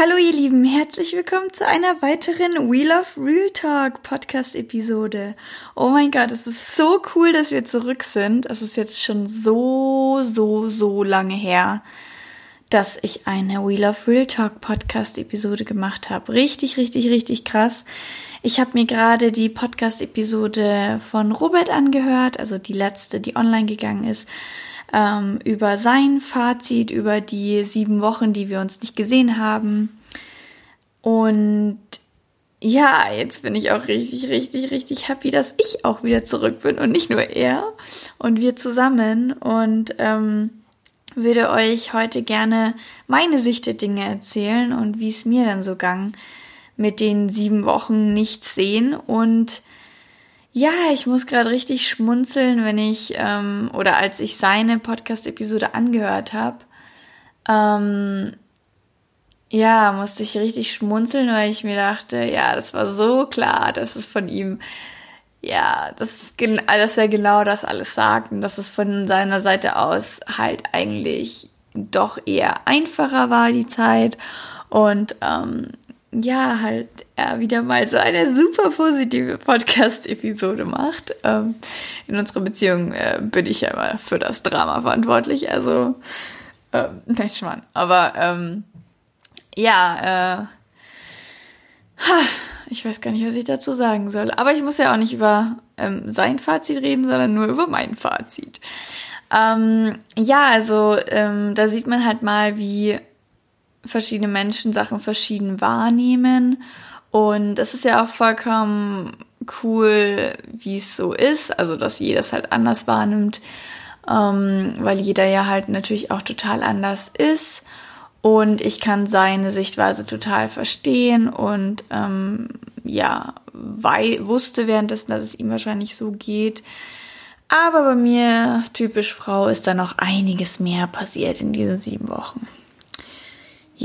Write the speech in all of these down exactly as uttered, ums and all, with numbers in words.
Hallo ihr Lieben, herzlich willkommen zu einer weiteren We Love Real Talk Podcast-Episode. Oh mein Gott, es ist so cool, dass wir zurück sind. Es ist jetzt schon so, so, so lange her, dass ich eine We Love Real Talk Podcast-Episode gemacht habe. Richtig, richtig, richtig krass. Ich habe mir gerade die Podcast-Episode von Robert angehört, also die letzte, die online gegangen ist, ähm, über sein Fazit, über die sieben Wochen, die wir uns nicht gesehen haben. Und ja, jetzt bin ich auch richtig, richtig, richtig happy, dass ich auch wieder zurück bin und nicht nur er und wir zusammen. Und ähm, würde euch heute gerne meine Sicht der Dinge erzählen und wie es mir dann so ging mit den sieben Wochen nichts sehen. Und ja, ich muss gerade richtig schmunzeln, wenn ich, ähm, oder als ich seine Podcast-Episode angehört habe, ähm, ja, musste ich richtig schmunzeln, weil ich mir dachte, ja, das war so klar, dass es von ihm, ja, das, dass er genau das alles sagt und dass es von seiner Seite aus halt eigentlich doch eher einfacher war, die Zeit. Und ähm, ja, halt er wieder mal so eine super positive Podcast-Episode macht. Ähm, in unserer Beziehung äh, bin ich ja immer für das Drama verantwortlich, also ähm, nein, Schmarrn. Aber ähm, ja, äh, ich weiß gar nicht, was ich dazu sagen soll. Aber ich muss ja auch nicht über ähm, sein Fazit reden, sondern nur über mein Fazit. Ähm, ja, also ähm, da sieht man halt mal, wie verschiedene Menschen Sachen verschieden wahrnehmen. Und es ist ja auch vollkommen cool, wie es so ist. Also, dass jeder es halt anders wahrnimmt, ähm, weil jeder ja halt natürlich auch total anders ist. Und ich kann seine Sichtweise total verstehen und ähm, ja, wei- wusste währenddessen, dass es ihm wahrscheinlich so geht. Aber bei mir, typisch Frau, ist da noch einiges mehr passiert in diesen sieben Wochen. Ja,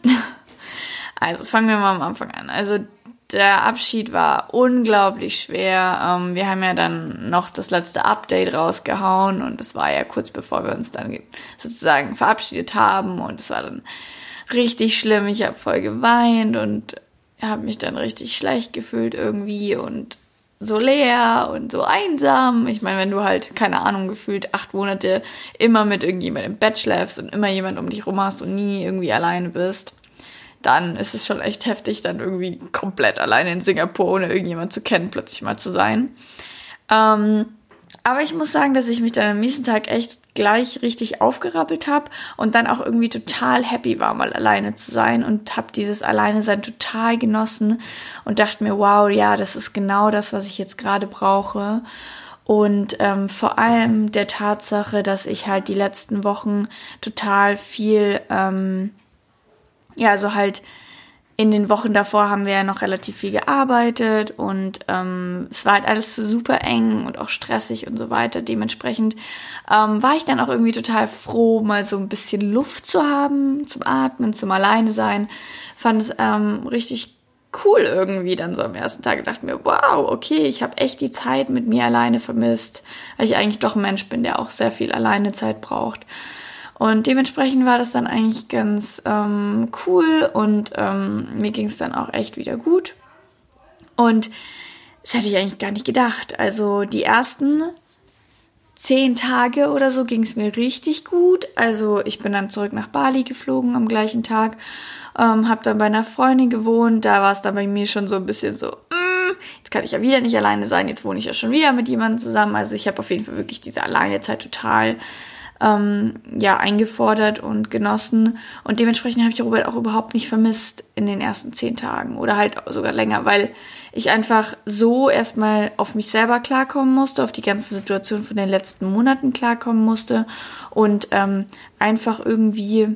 also fangen wir mal am Anfang an. Also der Abschied war unglaublich schwer. Ähm, wir haben ja dann noch das letzte Update rausgehauen und das war ja kurz bevor wir uns dann sozusagen verabschiedet haben und es war dann richtig schlimm. Ich habe voll geweint und habe mich dann richtig schlecht gefühlt irgendwie und so leer und so einsam. Ich meine, wenn du halt, keine Ahnung, gefühlt acht Monate immer mit irgendjemandem im Bett schläfst und immer jemand um dich rum hast und nie irgendwie alleine bist, dann ist es schon echt heftig, dann irgendwie komplett alleine in Singapur, ohne irgendjemand zu kennen, plötzlich mal zu sein. Ähm, aber ich muss sagen, dass ich mich dann am nächsten Tag echt gleich richtig aufgerappelt habe und dann auch irgendwie total happy war, mal alleine zu sein und habe dieses Alleine-Sein total genossen und dachte mir, wow, ja, das ist genau das, was ich jetzt gerade brauche. Und ähm, vor allem der Tatsache, dass ich halt die letzten Wochen total viel, ähm, ja, also halt in den Wochen davor haben wir ja noch relativ viel gearbeitet und ähm, es war halt alles so super eng und auch stressig und so weiter. Dementsprechend ähm, war ich dann auch irgendwie total froh, mal so ein bisschen Luft zu haben, zum Atmen, zum Alleine sein. Fand es ähm, richtig cool irgendwie dann so am ersten Tag. Ich dachte mir, wow, okay, ich habe echt die Zeit mit mir alleine vermisst, weil ich eigentlich doch ein Mensch bin, der auch sehr viel Alleinezeit braucht. Und dementsprechend war das dann eigentlich ganz ähm, cool und ähm, mir ging es dann auch echt wieder gut. Und das hätte ich eigentlich gar nicht gedacht. Also die ersten zehn Tage oder so ging es mir richtig gut. Also ich bin dann zurück nach Bali geflogen am gleichen Tag, ähm, habe dann bei einer Freundin gewohnt. Da war es dann bei mir schon so ein bisschen so, mm, jetzt kann ich ja wieder nicht alleine sein, jetzt wohne ich ja schon wieder mit jemandem zusammen. Also ich habe auf jeden Fall wirklich diese Alleinezeit total Ähm, ja, eingefordert und genossen. Und dementsprechend habe ich Robert auch überhaupt nicht vermisst in den ersten zehn Tagen oder halt sogar länger, weil ich einfach so erstmal auf mich selber klarkommen musste, auf die ganze Situation von den letzten Monaten klarkommen musste und ähm, einfach irgendwie,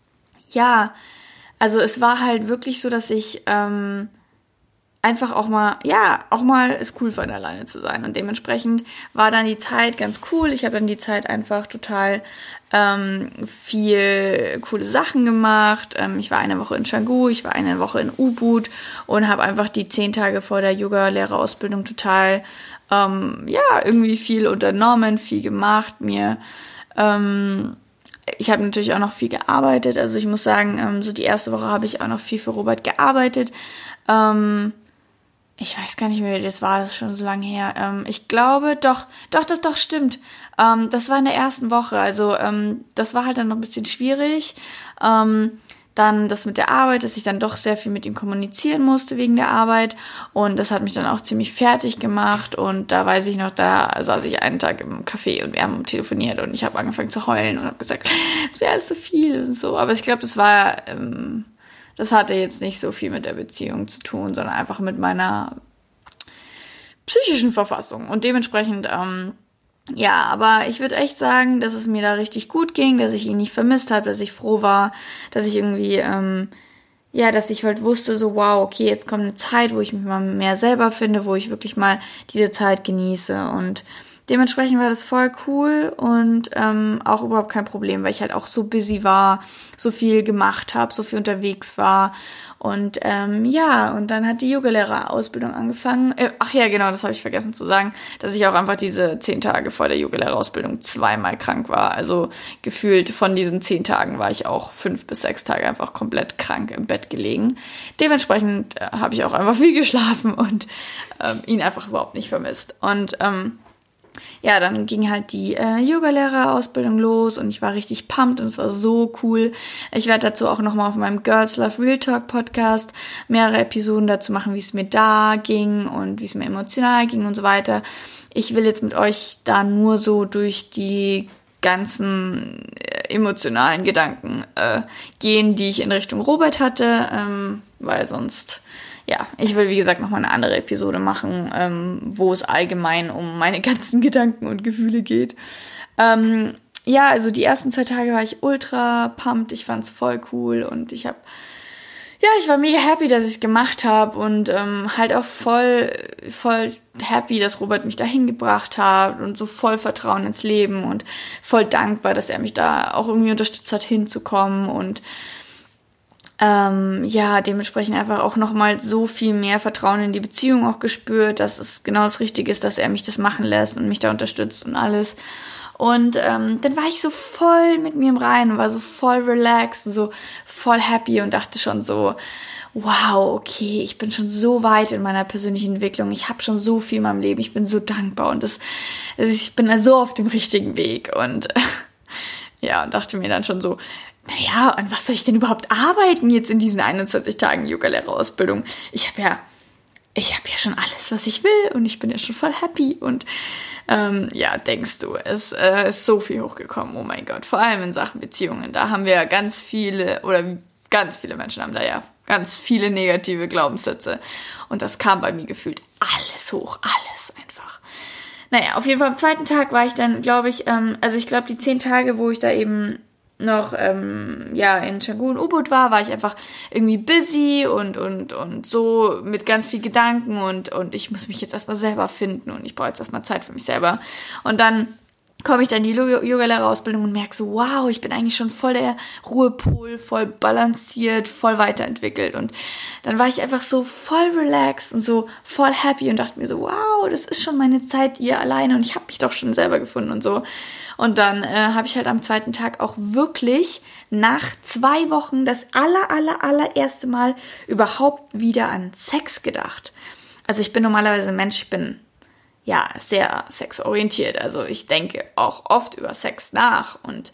ja, also es war halt wirklich so, dass ich ähm, einfach auch mal, ja, auch mal ist cool fand, alleine zu sein. Und dementsprechend war dann die Zeit ganz cool. Ich habe dann die Zeit einfach total ähm, viel coole Sachen gemacht. Ähm, ich war eine Woche in Canggu, ich war eine Woche in Ubud und habe einfach die zehn Tage vor der Yoga-Lehrerausbildung total, ähm, ja, irgendwie viel unternommen, viel gemacht, mir ähm, ich habe natürlich auch noch viel gearbeitet. Also ich muss sagen, ähm, so die erste Woche habe ich auch noch viel für Robert gearbeitet. Ähm, ich weiß gar nicht mehr, wie das war, das ist schon so lange her. Ähm, ich glaube, doch, doch, doch, doch, stimmt. Ähm, das war in der ersten Woche. Also ähm, das war halt dann noch ein bisschen schwierig. Ähm, Dann das mit der Arbeit, dass ich dann doch sehr viel mit ihm kommunizieren musste wegen der Arbeit. Und das hat mich dann auch ziemlich fertig gemacht. Und da weiß ich noch, da saß ich einen Tag im Café und wir haben telefoniert und ich habe angefangen zu heulen und habe gesagt, es wäre alles so viel und so. Aber ich glaube, das war, ähm, das hatte jetzt nicht so viel mit der Beziehung zu tun, sondern einfach mit meiner psychischen Verfassung. Und dementsprechend, ähm, ja, aber ich würde echt sagen, dass es mir da richtig gut ging, dass ich ihn nicht vermisst habe, dass ich froh war, dass ich irgendwie, ähm, ja, dass ich halt wusste, so wow, okay, jetzt kommt eine Zeit, wo ich mich mal mehr selber finde, wo ich wirklich mal diese Zeit genieße und dementsprechend war das voll cool und ähm, auch überhaupt kein Problem, weil ich halt auch so busy war, so viel gemacht habe, so viel unterwegs war. Und ähm, ja, und dann hat die Yogalehrerausbildung angefangen. Äh, ach ja, genau, das habe ich vergessen zu sagen, dass ich auch einfach diese zehn Tage vor der Yogalehrerausbildung zweimal krank war. Also gefühlt von diesen zehn Tagen war ich auch fünf bis sechs Tage einfach komplett krank im Bett gelegen. Dementsprechend äh, habe ich auch einfach viel geschlafen und ähm, ihn einfach überhaupt nicht vermisst. Und ähm, ja, dann ging halt die äh, Yogalehrerausbildung los und ich war richtig pumped und es war so cool. Ich werde dazu auch nochmal auf meinem Girls Love Real Talk Podcast mehrere Episoden dazu machen, wie es mir da ging und wie es mir emotional ging und so weiter. Ich will jetzt mit euch da nur so durch die ganzen äh, emotionalen Gedanken äh, gehen, die ich in Richtung Robert hatte, ähm, weil sonst... Ja, ich will, wie gesagt, nochmal eine andere Episode machen, ähm, wo es allgemein um meine ganzen Gedanken und Gefühle geht. Ähm, ja, also die ersten zwei Tage war ich ultra pumped, ich fand's voll cool und ich habe, ja, ich war mega happy, dass ich es gemacht habe und ähm, halt auch voll, voll happy, dass Robert mich dahin gebracht hat und so voll Vertrauen ins Leben und voll dankbar, dass er mich da auch irgendwie unterstützt hat, hinzukommen und Ähm, ja, dementsprechend einfach auch nochmal so viel mehr Vertrauen in die Beziehung auch gespürt, dass es genau das Richtige ist, dass er mich das machen lässt und mich da unterstützt und alles. Und ähm, dann war ich so voll mit mir im Reinen und war so voll relaxed und so voll happy und dachte schon so, wow, okay, ich bin schon so weit in meiner persönlichen Entwicklung, ich habe schon so viel in meinem Leben, ich bin so dankbar und das, also ich bin da so auf dem richtigen Weg und ja, und dachte mir dann schon so, naja, an was soll ich denn überhaupt arbeiten jetzt in diesen einundzwanzig Tagen Yogalehrerausbildung? Ich habe ja, ich habe ja schon alles, was ich will und ich bin ja schon voll happy und ähm, ja, denkst du, es äh, ist so viel hochgekommen, oh mein Gott, vor allem in Sachen Beziehungen, da haben wir ja ganz viele oder ganz viele Menschen haben da ja ganz viele negative Glaubenssätze und das kam bei mir gefühlt alles hoch, alles einfach. Naja, auf jeden Fall am zweiten Tag war ich dann, glaube ich, ähm, also ich glaube die zehn Tage, wo ich da eben noch ähm, ja in Canggu und U-Boot war, war ich einfach irgendwie busy und und und so mit ganz viel Gedanken und und ich muss mich jetzt erstmal selber finden und ich brauche jetzt erstmal Zeit für mich selber. Und dann komme ich dann in die Yogalehrerausbildung und merke so, wow, ich bin eigentlich schon voll der Ruhepol, voll balanciert, voll weiterentwickelt. Und dann war ich einfach so voll relaxed und so voll happy und dachte mir so, wow, das ist schon meine Zeit hier alleine und ich habe mich doch schon selber gefunden und so. Und dann äh, habe ich halt am zweiten Tag auch wirklich nach zwei Wochen das aller, aller, allererste Mal überhaupt wieder an Sex gedacht. Also ich bin normalerweise ein Mensch, ich bin ja sehr sexorientiert. Also ich denke auch oft über Sex nach und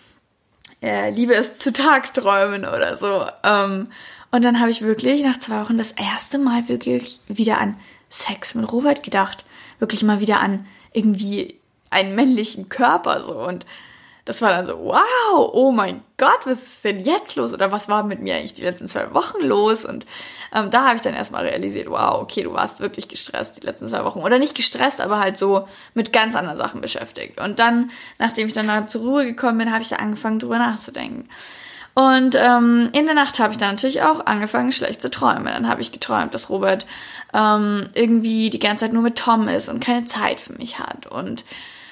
äh, liebe es zu Tagträumen oder so. Ähm, und dann habe ich wirklich nach zwei Wochen das erste Mal wirklich wieder an Sex mit Robert gedacht. Wirklich mal wieder an irgendwie einen männlichen Körper so und das war dann so, wow, oh mein Gott, was ist denn jetzt los? Oder was war mit mir eigentlich die letzten zwei Wochen los? Und ähm, da habe ich dann erstmal realisiert, wow, okay, du warst wirklich gestresst die letzten zwei Wochen. Oder nicht gestresst, aber halt so mit ganz anderen Sachen beschäftigt. Und dann, nachdem ich dann zur Ruhe gekommen bin, habe ich da angefangen, drüber nachzudenken. Und ähm, in der Nacht habe ich dann natürlich auch angefangen, schlecht zu träumen. Dann habe ich geträumt, dass Robert ähm, irgendwie die ganze Zeit nur mit Tom ist und keine Zeit für mich hat. Und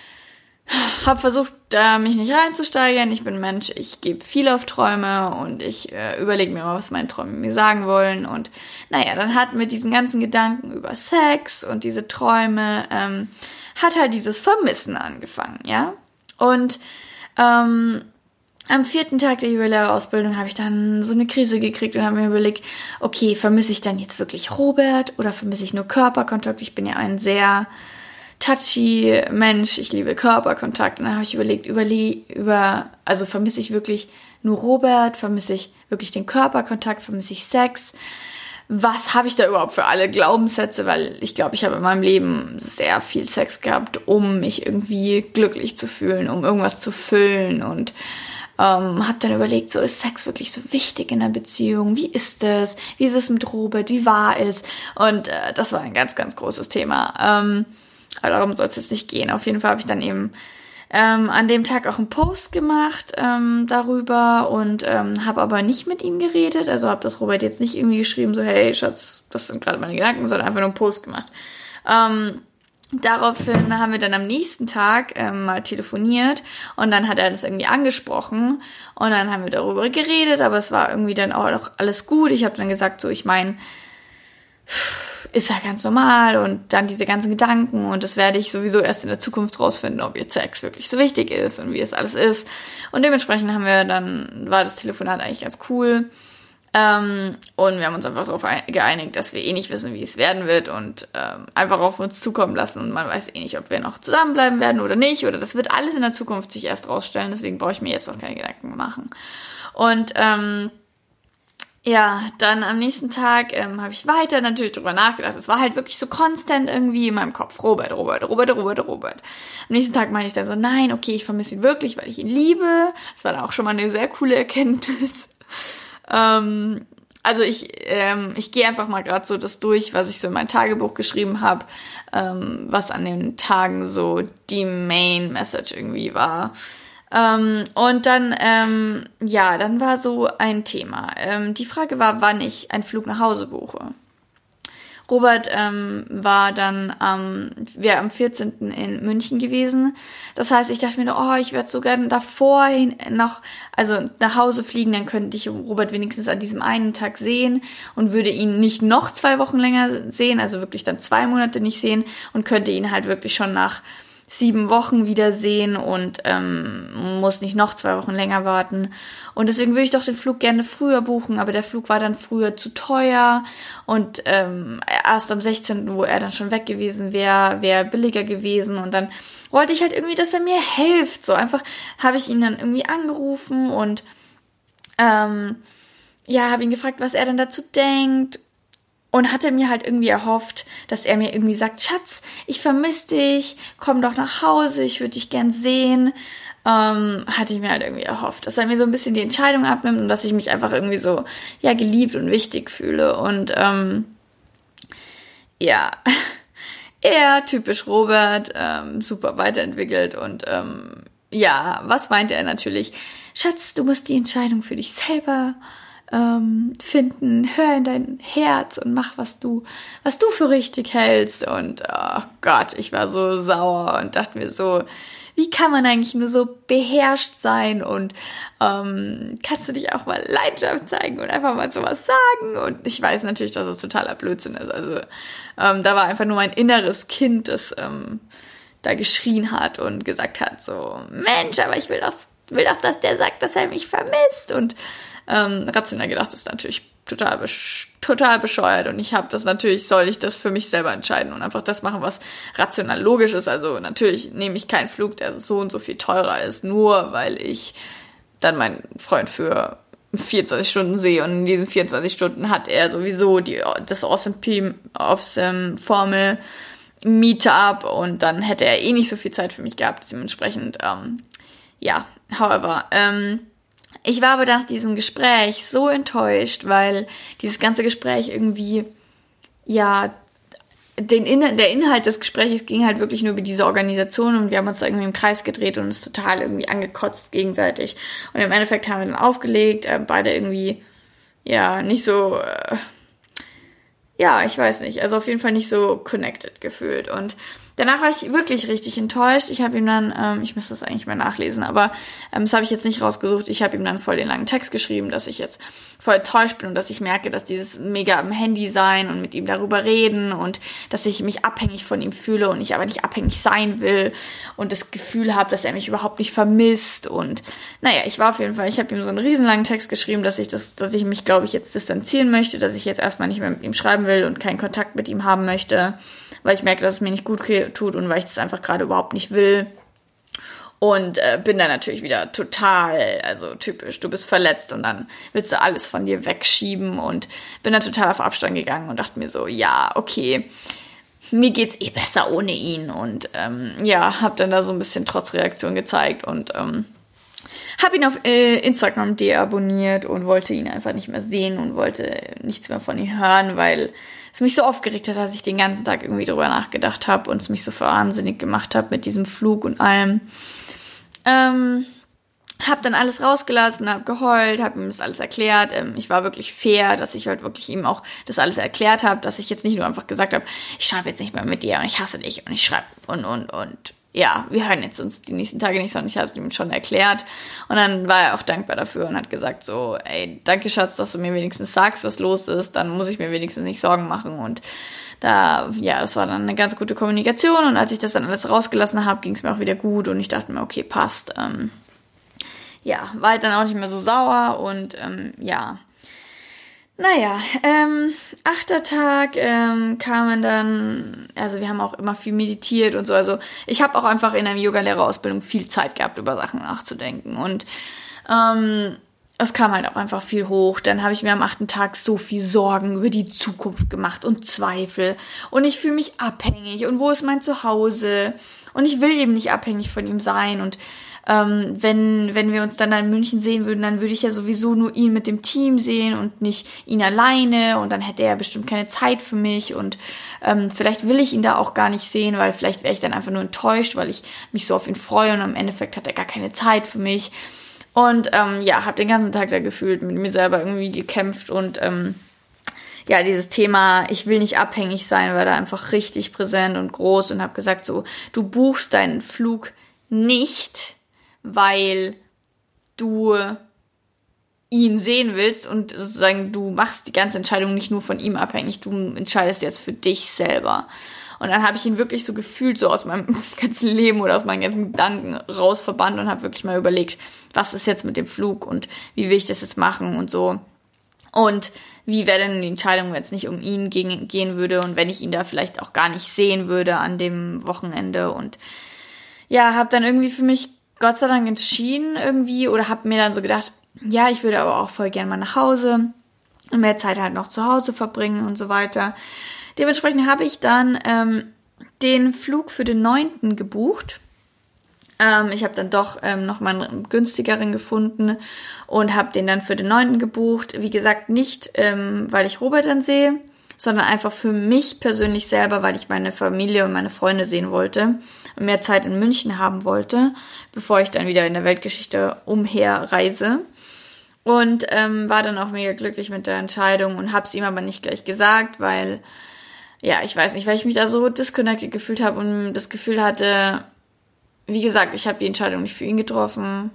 habe versucht, äh, mich nicht reinzusteigern. Ich bin ein Mensch, ich gebe viel auf Träume und ich äh, überlege mir mal, was meine Träume mir sagen wollen. Und naja, dann hat mit diesen ganzen Gedanken über Sex und diese Träume, ähm, hat halt dieses Vermissen angefangen, ja. Und ähm, am vierten Tag der Juwelierausbildung habe ich dann so eine Krise gekriegt und habe mir überlegt, okay, vermisse ich dann jetzt wirklich Robert oder vermisse ich nur Körperkontakt? Ich bin ja ein sehr touchy Mensch, ich liebe Körperkontakt. Und dann habe ich überlegt, überle- über, also vermisse ich wirklich nur Robert, vermisse ich wirklich den Körperkontakt, vermisse ich Sex? Was habe ich da überhaupt für alle Glaubenssätze? Weil ich glaube, ich habe in meinem Leben sehr viel Sex gehabt, um mich irgendwie glücklich zu fühlen, um irgendwas zu füllen und Ähm, habe dann überlegt, so ist Sex wirklich so wichtig in einer Beziehung? Wie ist es? Wie ist es mit Robert? Wie war es? Und äh, das war ein ganz, ganz großes Thema. Ähm, aber darum soll es jetzt nicht gehen. Auf jeden Fall habe ich dann eben ähm, an dem Tag auch einen Post gemacht ähm, darüber und ähm, habe aber nicht mit ihm geredet. Also habe das Robert jetzt nicht irgendwie geschrieben, so hey Schatz, das sind gerade meine Gedanken, sondern einfach nur einen Post gemacht. Ähm, Daraufhin haben wir dann am nächsten Tag ähm, mal telefoniert und dann hat er das irgendwie angesprochen und dann haben wir darüber geredet, aber es war irgendwie dann auch noch alles gut. Ich habe dann gesagt, so ich meine, ist ja ganz normal und dann diese ganzen Gedanken und das werde ich sowieso erst in der Zukunft rausfinden, ob jetzt Sex wirklich so wichtig ist und wie es alles ist. Und dementsprechend haben wir dann, war das Telefonat eigentlich ganz cool. Ähm, und wir haben uns einfach darauf geeinigt, dass wir eh nicht wissen, wie es werden wird und ähm, einfach auf uns zukommen lassen und man weiß eh nicht, ob wir noch zusammenbleiben werden oder nicht oder das wird alles in der Zukunft sich erst rausstellen, deswegen brauche ich mir jetzt noch keine Gedanken machen. Und ähm, ja, dann am nächsten Tag ähm, habe ich weiter natürlich drüber nachgedacht. Es war halt wirklich so konstant irgendwie in meinem Kopf. Robert, Robert, Robert, Robert, Robert. Am nächsten Tag meinte ich dann so, nein, okay, ich vermisse ihn wirklich, weil ich ihn liebe. Das war dann auch schon mal eine sehr coole Erkenntnis. Ähm, also ich, ähm, ich gehe einfach mal gerade so das durch, was ich so in mein Tagebuch geschrieben habe, ähm, was an den Tagen so die Main Message irgendwie war. Ähm, und dann, ähm, ja, dann war so ein Thema. Ähm, die Frage war, wann ich einen Flug nach Hause buche. Robert ähm, war dann ähm, wäre am vierzehnten in München gewesen. Das heißt, ich dachte mir, oh, ich werde so gerne davor hin noch, also nach Hause fliegen, dann könnte ich Robert wenigstens an diesem einen Tag sehen und würde ihn nicht noch zwei Wochen länger sehen, also wirklich dann zwei Monate nicht sehen und könnte ihn halt wirklich schon nach sieben Wochen wiedersehen und ähm, muss nicht noch zwei Wochen länger warten. Und deswegen würde ich doch den Flug gerne früher buchen, aber der Flug war dann früher zu teuer und ähm, erst am sechzehnten, wo er dann schon weg gewesen wäre, wäre billiger gewesen und dann wollte ich halt irgendwie, dass er mir hilft. So einfach habe ich ihn dann irgendwie angerufen und ähm, ja, habe ihn gefragt, was er denn dazu denkt. Und hatte mir halt irgendwie erhofft, dass er mir irgendwie sagt, Schatz, ich vermisse dich, komm doch nach Hause, ich würde dich gern sehen. Ähm, hatte ich mir halt irgendwie erhofft, dass er mir so ein bisschen die Entscheidung abnimmt und dass ich mich einfach irgendwie so, ja, geliebt und wichtig fühle. Und ähm, ja, er, typisch Robert, ähm, super weiterentwickelt und ähm, ja, was meinte er natürlich? Schatz, du musst die Entscheidung für dich selber Ähm, finden, hör in dein Herz und mach, was du, was du für richtig hältst. Und oh Gott, ich war so sauer und dachte mir so, wie kann man eigentlich nur so beherrscht sein und ähm, kannst du dich auch mal Leidenschaft zeigen und einfach mal sowas sagen? Und ich weiß natürlich, dass es totaler Blödsinn ist. Also ähm, da war einfach nur mein inneres Kind, das ähm, da geschrien hat und gesagt hat, so, Mensch, aber ich will doch, will doch, dass der sagt, dass er mich vermisst. Und Ähm, rational gedacht ist natürlich total, besch- total bescheuert und ich habe das natürlich, soll ich das für mich selber entscheiden und einfach das machen, was rational logisch ist. Also natürlich nehme ich keinen Flug, der so und so viel teurer ist, nur weil ich dann meinen Freund für vierundzwanzig Stunden sehe und in diesen vierundzwanzig Stunden hat er sowieso die, das Awesome P Awesome Formel Meetup und dann hätte er eh nicht so viel Zeit für mich gehabt, dementsprechend, ähm, ja, however, ähm, ich war aber nach diesem Gespräch so enttäuscht, weil dieses ganze Gespräch irgendwie, ja, den In- der Inhalt des Gesprächs ging halt wirklich nur über diese Organisation und wir haben uns da irgendwie im Kreis gedreht und uns total irgendwie angekotzt gegenseitig. Und im Endeffekt haben wir dann aufgelegt, äh, beide irgendwie, ja, nicht so, äh, ja, ich weiß nicht, also auf jeden Fall nicht so connected gefühlt. Und danach war ich wirklich richtig enttäuscht. Ich habe ihm dann, ähm, ich müsste das eigentlich mal nachlesen, aber ähm, das habe ich jetzt nicht rausgesucht. Ich habe ihm dann voll den langen Text geschrieben, dass ich jetzt voll enttäuscht bin und dass ich merke, dass dieses mega am Handy sein und mit ihm darüber reden und dass ich mich abhängig von ihm fühle und ich aber nicht abhängig sein will und das Gefühl habe, dass er mich überhaupt nicht vermisst. Und naja, ich war auf jeden Fall, ich habe ihm so einen riesenlangen Text geschrieben, dass ich das, dass ich mich, glaube ich, jetzt distanzieren möchte, dass ich jetzt erstmal nicht mehr mit ihm schreiben will und keinen Kontakt mit ihm haben möchte, weil ich merke, dass es mir nicht gut tut und weil ich das einfach gerade überhaupt nicht will. Und äh, bin dann natürlich wieder total, also typisch, du bist verletzt und dann willst du alles von dir wegschieben und bin dann total auf Abstand gegangen und dachte mir so, ja, okay, mir geht's eh besser ohne ihn. Und ähm, ja, habe dann da so ein bisschen Trotzreaktion gezeigt und ähm, habe ihn auf äh, Instagram deabonniert und wollte ihn einfach nicht mehr sehen und wollte nichts mehr von ihm hören, weil es mich so aufgeregt hat, dass ich den ganzen Tag irgendwie drüber nachgedacht habe und es mich so wahnsinnig gemacht habe mit diesem Flug und allem. Ähm, hab dann alles rausgelassen, hab geheult, hab ihm das alles erklärt. Ähm, ich war wirklich fair, dass ich halt wirklich ihm auch das alles erklärt habe, dass ich jetzt nicht nur einfach gesagt habe, ich schreibe jetzt nicht mehr mit dir und ich hasse dich und ich schreibe und, und, und. Ja, wir hören jetzt uns die nächsten Tage nicht, sondern ich habe ihm schon erklärt. Und dann war er auch dankbar dafür und hat gesagt so, ey, danke Schatz, dass du mir wenigstens sagst, was los ist, dann muss ich mir wenigstens nicht Sorgen machen. Und da, ja, das war dann eine ganz gute Kommunikation. Und als ich das dann alles rausgelassen habe, ging es mir auch wieder gut und ich dachte mir, okay, passt. Ähm, ja, war halt dann auch nicht mehr so sauer und ähm, ja, naja, ähm, achter Tag ähm, kamen dann, also wir haben auch immer viel meditiert und so, also ich habe auch einfach in einer Yoga-Lehrerausbildung viel Zeit gehabt, über Sachen nachzudenken und ähm, es kam halt auch einfach viel hoch. Dann habe ich mir am achten Tag so viel Sorgen über die Zukunft gemacht und Zweifel und ich fühle mich abhängig und wo ist mein Zuhause und ich will eben nicht abhängig von ihm sein und Ähm, wenn, wenn wir uns dann in München sehen würden, dann würde ich ja sowieso nur ihn mit dem Team sehen und nicht ihn alleine und dann hätte er bestimmt keine Zeit für mich und ähm, vielleicht will ich ihn da auch gar nicht sehen, weil vielleicht wäre ich dann einfach nur enttäuscht, weil ich mich so auf ihn freue und im Endeffekt hat er gar keine Zeit für mich und ähm, ja, habe den ganzen Tag da gefühlt mit mir selber irgendwie gekämpft und ähm, ja, dieses Thema, ich will nicht abhängig sein, war da einfach richtig präsent und groß und habe gesagt so, du buchst deinen Flug nicht, weil du ihn sehen willst und sozusagen du machst die ganze Entscheidung nicht nur von ihm abhängig, du entscheidest jetzt für dich selber. Und dann habe ich ihn wirklich so gefühlt, so aus meinem ganzen Leben oder aus meinen ganzen Gedanken rausverbannt und habe wirklich mal überlegt, was ist jetzt mit dem Flug und wie will ich das jetzt machen und so. Und wie wäre denn die Entscheidung, wenn es nicht um ihn gehen würde und wenn ich ihn da vielleicht auch gar nicht sehen würde an dem Wochenende. Und ja, habe dann irgendwie für mich Gott sei Dank entschieden irgendwie oder habe mir dann so gedacht, ja, ich würde aber auch voll gerne mal nach Hause und mehr Zeit halt noch zu Hause verbringen und so weiter. Dementsprechend habe ich dann ähm, den Flug für den neunten gebucht. Ähm, ich habe dann doch ähm, noch mal einen günstigeren gefunden und habe den dann für den neunten gebucht. Wie gesagt, nicht, ähm, weil ich Robert dann sehe, sondern einfach für mich persönlich selber, weil ich meine Familie und meine Freunde sehen wollte und mehr Zeit in München haben wollte, bevor ich dann wieder in der Weltgeschichte umherreise. Und ähm, war dann auch mega glücklich mit der Entscheidung und habe es ihm aber nicht gleich gesagt, weil, ja, ich weiß nicht, weil ich mich da so disconnected gefühlt habe und das Gefühl hatte, wie gesagt, ich habe die Entscheidung nicht für ihn getroffen.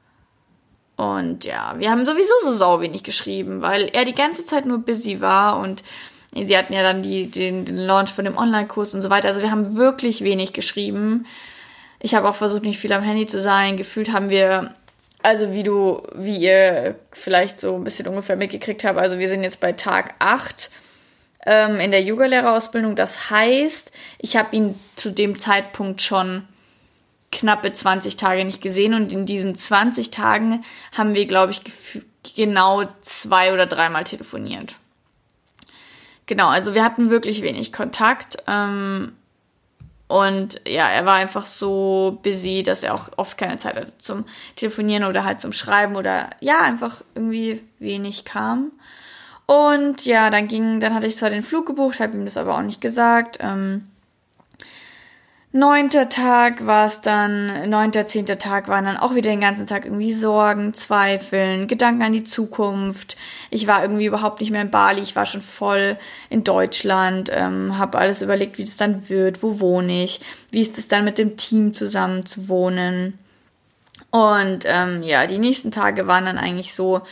Und ja, wir haben sowieso so sau wenig geschrieben, weil er die ganze Zeit nur busy war und sie hatten ja dann die, den, den Launch von dem Online-Kurs und so weiter. Also wir haben wirklich wenig geschrieben. Ich habe auch versucht, nicht viel am Handy zu sein. Gefühlt haben wir, also wie du, wie ihr vielleicht so ein bisschen ungefähr mitgekriegt habt, also wir sind jetzt bei Tag acht ähm, in der Yoga-Lehrerausbildung. Das heißt, ich habe ihn zu dem Zeitpunkt schon knappe zwanzig Tage nicht gesehen und in diesen zwanzig Tagen haben wir, glaube ich, gef- genau zwei oder dreimal telefoniert. Genau, also wir hatten wirklich wenig Kontakt ähm, und ja, er war einfach so busy, dass er auch oft keine Zeit hatte zum Telefonieren oder halt zum Schreiben oder ja, einfach irgendwie wenig kam. Und ja, dann ging, dann hatte ich zwar den Flug gebucht, habe ihm das aber auch nicht gesagt. Ähm, Neunter Tag war es dann, neunter, zehnter Tag waren dann auch wieder den ganzen Tag irgendwie Sorgen, Zweifeln, Gedanken an die Zukunft. Ich war irgendwie überhaupt nicht mehr in Bali, ich war schon voll in Deutschland, ähm, habe alles überlegt, wie das dann wird, wo wohne ich, wie ist es dann mit dem Team zusammen zu wohnen. Und ähm, ja, die nächsten Tage waren dann eigentlich so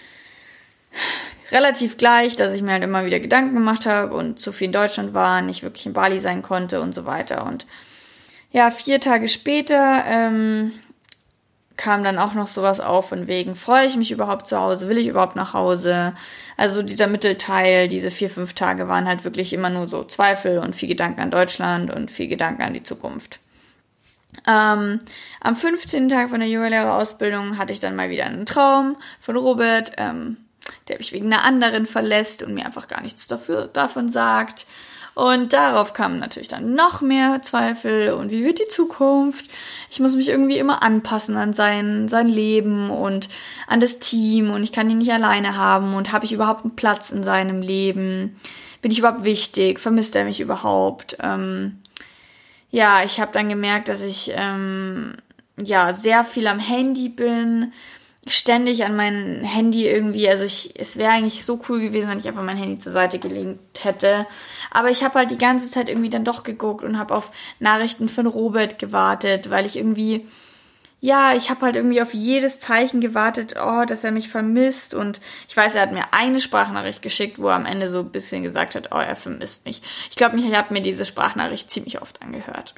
relativ gleich, dass ich mir halt immer wieder Gedanken gemacht habe und zu viel in Deutschland war, nicht wirklich in Bali sein konnte und so weiter. Und ja, vier Tage später ähm, kam dann auch noch sowas auf von wegen, freue ich mich überhaupt zu Hause, will ich überhaupt nach Hause? Also dieser Mittelteil, diese vier, fünf Tage waren halt wirklich immer nur so Zweifel und viel Gedanken an Deutschland und viel Gedanken an die Zukunft. Ähm, am fünfzehnten Tag von der Yogalehrerausbildung hatte ich dann mal wieder einen Traum von Robert, ähm, der mich wegen einer anderen verlässt und mir einfach gar nichts dafür, davon sagt. Und darauf kamen natürlich dann noch mehr Zweifel und wie wird die Zukunft? Ich muss mich irgendwie immer anpassen an sein, sein Leben und an das Team und ich kann ihn nicht alleine haben und habe ich überhaupt einen Platz in seinem Leben? Bin ich überhaupt wichtig? Vermisst er mich überhaupt? Ähm, ja, ich habe dann gemerkt, dass ich ähm, ja sehr viel am Handy bin, ständig an mein Handy irgendwie, also ich, es wäre eigentlich so cool gewesen, wenn ich einfach mein Handy zur Seite gelegt hätte, aber ich habe halt die ganze Zeit irgendwie dann doch geguckt und habe auf Nachrichten von Robert gewartet, weil ich irgendwie, ja, ich habe halt irgendwie auf jedes Zeichen gewartet, oh, dass er mich vermisst und ich weiß, er hat mir eine Sprachnachricht geschickt, wo er am Ende so ein bisschen gesagt hat, oh, er vermisst mich. Ich glaube, ich habe mir diese Sprachnachricht ziemlich oft angehört.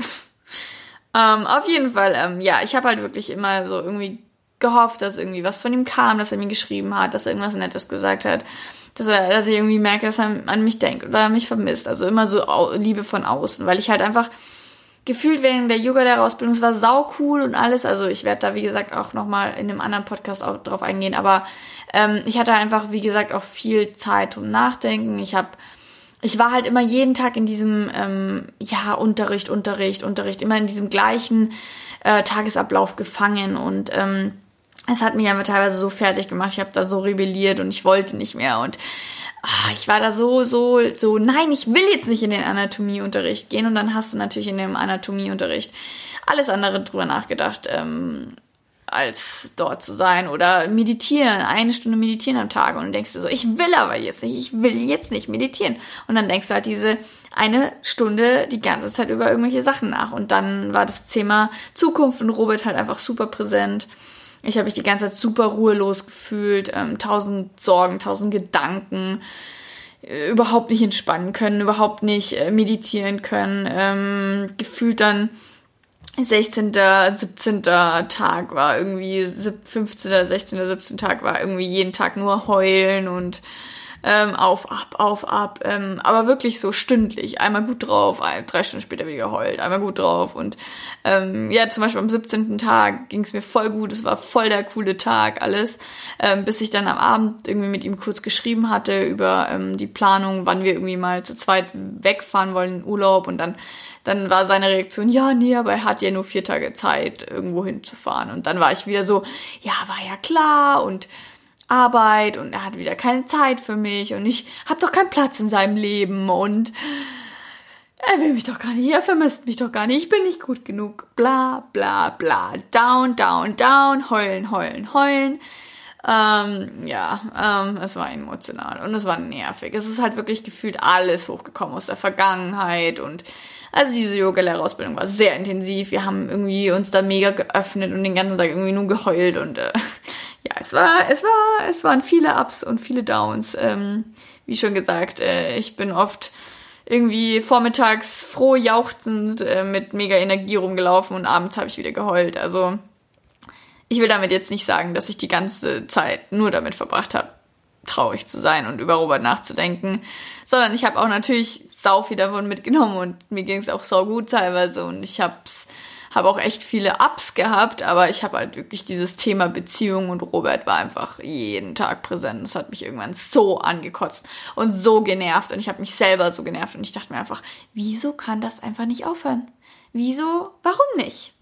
ähm, auf jeden Fall, ähm, ja, ich habe halt wirklich immer so irgendwie gehofft, dass irgendwie was von ihm kam, dass er mir geschrieben hat, dass er irgendwas Nettes gesagt hat, dass er, dass ich irgendwie merke, dass er an mich denkt oder mich vermisst. Also immer so Liebe von außen, weil ich halt einfach gefühlt während der Yogalehrerausbildung, es war sau cool und alles. Also ich werde da, wie gesagt, auch nochmal in einem anderen Podcast auch drauf eingehen, aber ähm, ich hatte einfach, wie gesagt, auch viel Zeit zum Nachdenken. Ich habe Ich war halt immer jeden Tag in diesem, ähm, ja, Unterricht, Unterricht, Unterricht, immer in diesem gleichen äh, Tagesablauf gefangen und ähm, es hat mich einfach teilweise so fertig gemacht, ich habe da so rebelliert und ich wollte nicht mehr und ah, ich war da so, so, so, nein, ich will jetzt nicht in den Anatomieunterricht gehen und dann hast du natürlich in dem Anatomieunterricht alles andere drüber nachgedacht, ähm, als dort zu sein oder meditieren, eine Stunde meditieren am Tag und du denkst dir so, ich will aber jetzt nicht, ich will jetzt nicht meditieren und dann denkst du halt diese eine Stunde die ganze Zeit über irgendwelche Sachen nach und dann war das Thema Zukunft und Robert halt einfach super präsent. Ich habe mich die ganze Zeit super ruhelos gefühlt, ähm, tausend Sorgen, tausend Gedanken, äh, überhaupt nicht entspannen können, überhaupt nicht äh, meditieren können, ähm, gefühlt dann sechzehnter, siebzehnter Tag war irgendwie, fünfzehnter, sechzehnter, siebzehnter Tag war irgendwie jeden Tag nur heulen und ähm, auf, ab, auf, ab, ähm, aber wirklich so stündlich, einmal gut drauf, ein, drei Stunden später wieder geheult, einmal gut drauf und ähm, ja, zum Beispiel am siebzehnten Tag ging es mir voll gut, es war voll der coole Tag, alles, ähm, bis ich dann am Abend irgendwie mit ihm kurz geschrieben hatte über ähm, die Planung, wann wir irgendwie mal zu zweit wegfahren wollen in Urlaub und dann Dann war seine Reaktion, ja, nee, aber er hat ja nur vier Tage Zeit, irgendwo hinzufahren. Und dann war ich wieder so, ja, war ja klar und Arbeit und er hat wieder keine Zeit für mich und ich habe doch keinen Platz in seinem Leben und er will mich doch gar nicht, er vermisst mich doch gar nicht, ich bin nicht gut genug, bla, bla, bla, down, down, down, heulen, heulen, heulen. Ähm, ja, ähm, es war emotional und es war nervig. Es ist halt wirklich gefühlt alles hochgekommen aus der Vergangenheit und also diese Yogalehrerausbildung war sehr intensiv. Wir haben irgendwie uns da mega geöffnet und den ganzen Tag irgendwie nur geheult und äh, ja, es war, es war, es waren viele Ups und viele Downs. Ähm, wie schon gesagt, äh, ich bin oft irgendwie vormittags froh jauchzend äh, mit mega Energie rumgelaufen und abends habe ich wieder geheult. Also ich will damit jetzt nicht sagen, dass ich die ganze Zeit nur damit verbracht habe, traurig zu sein und über Robert nachzudenken, sondern ich habe auch natürlich sau viel davon mitgenommen und mir ging es auch sau gut teilweise und ich habe hab auch echt viele Ups gehabt, aber ich habe halt wirklich dieses Thema Beziehung und Robert war einfach jeden Tag präsent. Das hat mich irgendwann so angekotzt und so genervt und ich habe mich selber so genervt und ich dachte mir einfach, wieso kann das einfach nicht aufhören? Wieso? Warum nicht?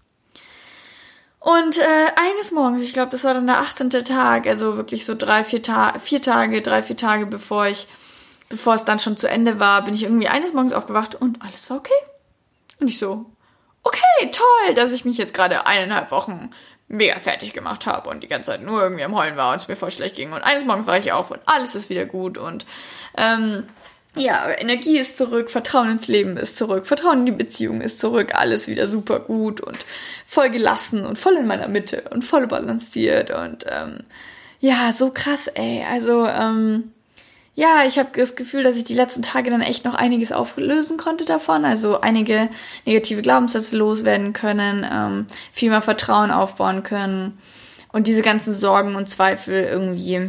Und äh, eines Morgens, ich glaube, das war dann der achtzehnte Tag, also wirklich so drei, vier Tage, vier Tage, drei, vier Tage, bevor ich, bevor es dann schon zu Ende war, bin ich irgendwie eines Morgens aufgewacht und alles war okay. Und ich so, okay, toll, dass ich mich jetzt gerade eineinhalb Wochen mega fertig gemacht habe und die ganze Zeit nur irgendwie am Heulen war und es mir voll schlecht ging. Und eines Morgens war ich auf und alles ist wieder gut und ähm, ja, Energie ist zurück, Vertrauen ins Leben ist zurück, Vertrauen in die Beziehung ist zurück, alles wieder super gut und voll gelassen und voll in meiner Mitte und voll balanciert und ähm, ja, so krass, ey. Also, ähm, ja, ich habe das Gefühl, dass ich die letzten Tage dann echt noch einiges auflösen konnte davon, also einige negative Glaubenssätze loswerden können, ähm, viel mehr Vertrauen aufbauen können und diese ganzen Sorgen und Zweifel irgendwie,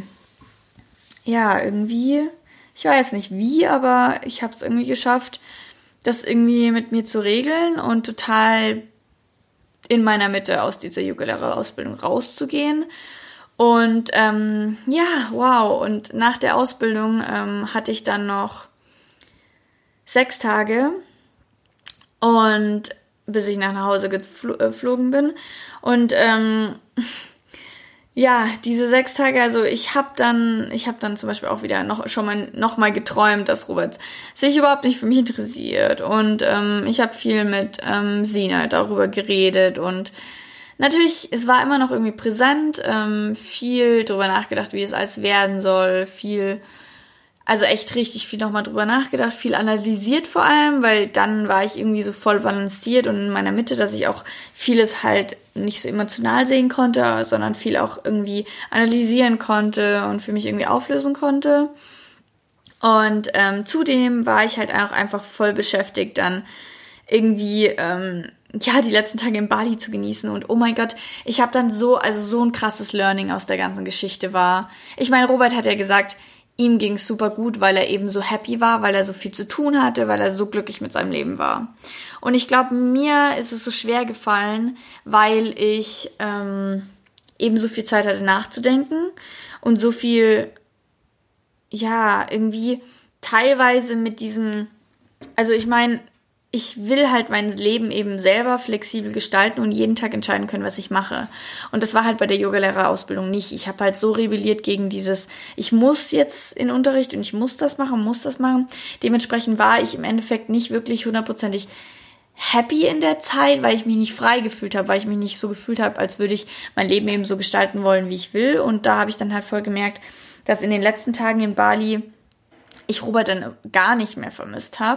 ja, irgendwie... Ich weiß nicht wie, aber ich habe es irgendwie geschafft, das irgendwie mit mir zu regeln und total in meiner Mitte aus dieser Yoga-Lehrerausbildung rauszugehen. Und ähm, ja, wow. Und nach der Ausbildung ähm, hatte ich dann noch sechs Tage und bis ich nach Hause geflogen bin. Und ähm, ja, diese sechs Tage, also ich habe dann, ich habe dann zum Beispiel auch wieder noch schon mal noch mal geträumt, dass Robert sich überhaupt nicht für mich interessiert und ähm, ich habe viel mit ähm, Sina darüber geredet und natürlich, es war immer noch irgendwie präsent, ähm, viel drüber nachgedacht, wie es alles werden soll, viel, also echt richtig viel nochmal drüber nachgedacht, viel analysiert vor allem, weil dann war ich irgendwie so voll balanciert und in meiner Mitte, dass ich auch vieles halt nicht so emotional sehen konnte, sondern viel auch irgendwie analysieren konnte und für mich irgendwie auflösen konnte. Und ähm, zudem war ich halt auch einfach voll beschäftigt, dann irgendwie ähm, ja die letzten Tage in Bali zu genießen. Und oh mein Gott, ich habe dann so, also so ein krasses Learning aus der ganzen Geschichte war. Ich meine, Robert hat ja gesagt, ihm ging's super gut, weil er eben so happy war, weil er so viel zu tun hatte, weil er so glücklich mit seinem Leben war. Und ich glaube, mir ist es so schwer gefallen, weil ich ähm, eben so viel Zeit hatte nachzudenken und so viel, ja, irgendwie teilweise mit diesem, also ich meine, ich will halt mein Leben eben selber flexibel gestalten und jeden Tag entscheiden können, was ich mache. Und das war halt bei der Yogalehrerausbildung nicht. Ich habe halt so rebelliert gegen dieses, ich muss jetzt in Unterricht und ich muss das machen, muss das machen. Dementsprechend war ich im Endeffekt nicht wirklich hundertprozentig happy in der Zeit, weil ich mich nicht frei gefühlt habe, weil ich mich nicht so gefühlt habe, als würde ich mein Leben eben so gestalten wollen, wie ich will. Und da habe ich dann halt voll gemerkt, dass in den letzten Tagen in Bali ich Robert dann gar nicht mehr vermisst habe.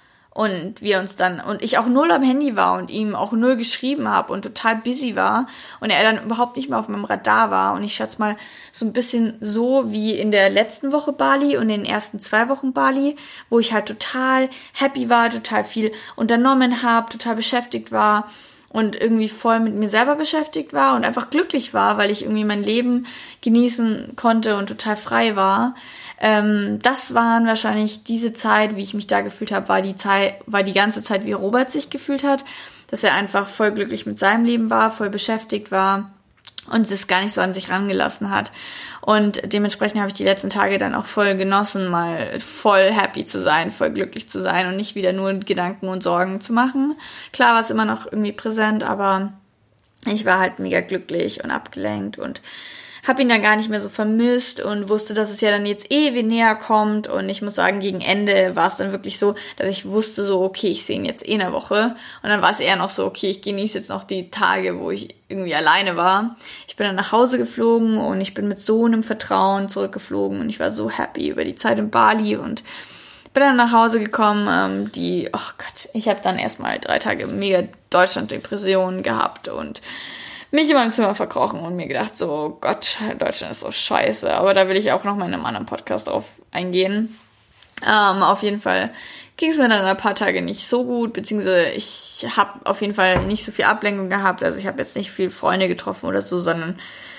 Und wir uns dann, und ich auch null am Handy war und ihm auch null geschrieben habe und total busy war und er dann überhaupt nicht mehr auf meinem Radar war. Und ich schätze mal so ein bisschen so wie in der letzten Woche Bali und in den ersten zwei Wochen Bali, wo ich halt total happy war, total viel unternommen habe, total beschäftigt war und irgendwie voll mit mir selber beschäftigt war und einfach glücklich war, weil ich irgendwie mein Leben genießen konnte und total frei war. Ähm, das waren wahrscheinlich diese Zeit, wie ich mich da gefühlt habe, war die Zeit, war die ganze Zeit, wie Robert sich gefühlt hat, dass er einfach voll glücklich mit seinem Leben war, voll beschäftigt war und es gar nicht so an sich rangelassen hat. Und dementsprechend habe ich die letzten Tage dann auch voll genossen, mal voll happy zu sein, voll glücklich zu sein und nicht wieder nur Gedanken und Sorgen zu machen. Klar war es immer noch irgendwie präsent, aber ich war halt mega glücklich und abgelenkt und habe ihn dann gar nicht mehr so vermisst und wusste, dass es ja dann jetzt eh wie näher kommt. Und ich muss sagen, gegen Ende war es dann wirklich so, dass ich wusste so, okay, ich sehe ihn jetzt eh in der Woche. Und dann war es eher noch so, okay, ich genieße jetzt noch die Tage, wo ich irgendwie alleine war. Ich bin dann nach Hause geflogen und ich bin mit so einem Vertrauen zurückgeflogen. Und ich war so happy über die Zeit in Bali und bin dann nach Hause gekommen. Ähm, die, oh Gott, ich habe dann erstmal drei Tage mega Deutschland-Depressionen gehabt und mich in meinem Zimmer verkrochen und mir gedacht, so, oh Gott, Deutschland ist so scheiße. Aber da will ich auch noch mal in einem anderen Podcast drauf eingehen. Ähm, auf jeden Fall ging es mir dann ein paar Tage nicht so gut, beziehungsweise ich habe auf jeden Fall nicht so viel Ablenkung gehabt. Also ich habe jetzt nicht viel Freunde getroffen oder so, sondern,